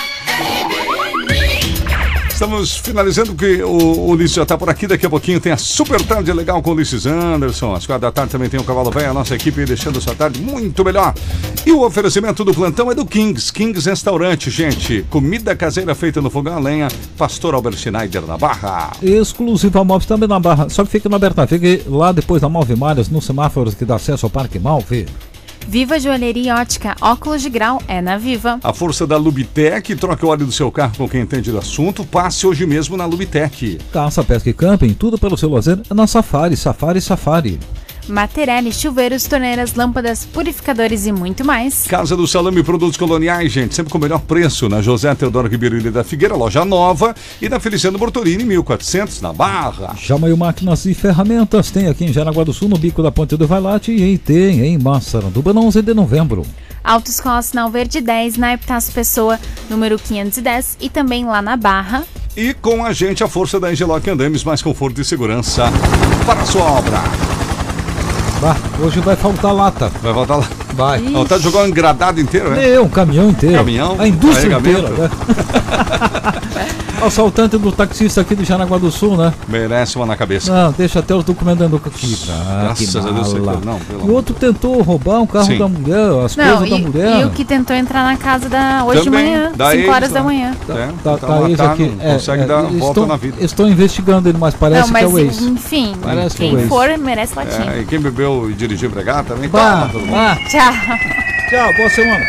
Estamos finalizando que o Ulisses já está por aqui. Daqui a pouquinho tem a super tarde legal com o Ulisses Anderson. Às quatro da tarde também tem o Cavalo Velho, a nossa equipe deixando a sua tarde muito melhor. E o oferecimento do plantão é do Kings. Kings Restaurante, gente. Comida caseira feita no fogão a lenha. Pastor Albert Schneider na Barra. Exclusiva Móveis também na Barra. Só que fica na Berta. Fica lá depois da Malve Malhas, nos semáforos que dá acesso ao Parque Malve. Viva Joalheria e Ótica, óculos de grau é na Viva. A força da Lubitec, troque o óleo do seu carro com quem entende do assunto, passe hoje mesmo na Lubitec. Caça, pesca e camping, tudo pelo seu lazer é na Safari, Safari, Safari. Materiais, chuveiros, torneiras, lâmpadas, purificadores e muito mais. Casa do Salame Produtos Coloniais, gente, sempre com o melhor preço, na José Teodoro Ribeiro Ilha da Figueira, loja nova, e na Feliciano Bortolini, mil e quatrocentos, na Barra. Chamaio Máquinas e Ferramentas, tem aqui em Jaraguá do Sul, no Bico da Ponte do Vailate, e tem em Massaranduba, no onze de novembro. Autoescola Sinal Verde dez, na Epitácio Pessoa, número quinhentos e dez, e também lá na Barra. E com a gente, a força da Engeloc Andames, mais conforto e segurança para a sua obra. Bah, hoje vai faltar lata. Vai faltar lata? Vai. Não, tá jogando um engradado inteiro, né? É, um caminhão inteiro. Caminhão? A indústria inteira, né? Assaltante do taxista aqui de Jaraguá do Sul, né? Merece uma na cabeça. Não, deixa até os documentos dando aqui. Ah, Graças a Deus, não, pelo E outro tentou roubar um carro Sim. da mulher, as Não, coisas e, da mulher. e o que tentou entrar na casa da hoje Também, de manhã, da cinco ex, horas tá. da manhã. É, Tá, então tá ex matar, aqui. não É, consegue é, dar volta estou, na vida. Estou investigando ele, mas parece Não, mas que é o ex. enfim, Parece que é o quem ex. for merece latinha. É, e quem bebeu e dirigiu bregar também. Bah, Toma, todo mundo. bah. Tchau. Tchau, boa semana.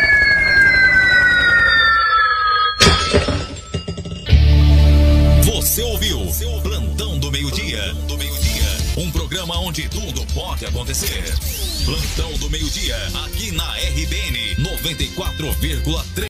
Você ouviu o Plantão do Meio-Dia. Do Meio-Dia. Um programa onde tudo pode acontecer. Plantão do Meio-Dia, aqui na R B N noventa e quatro vírgula três.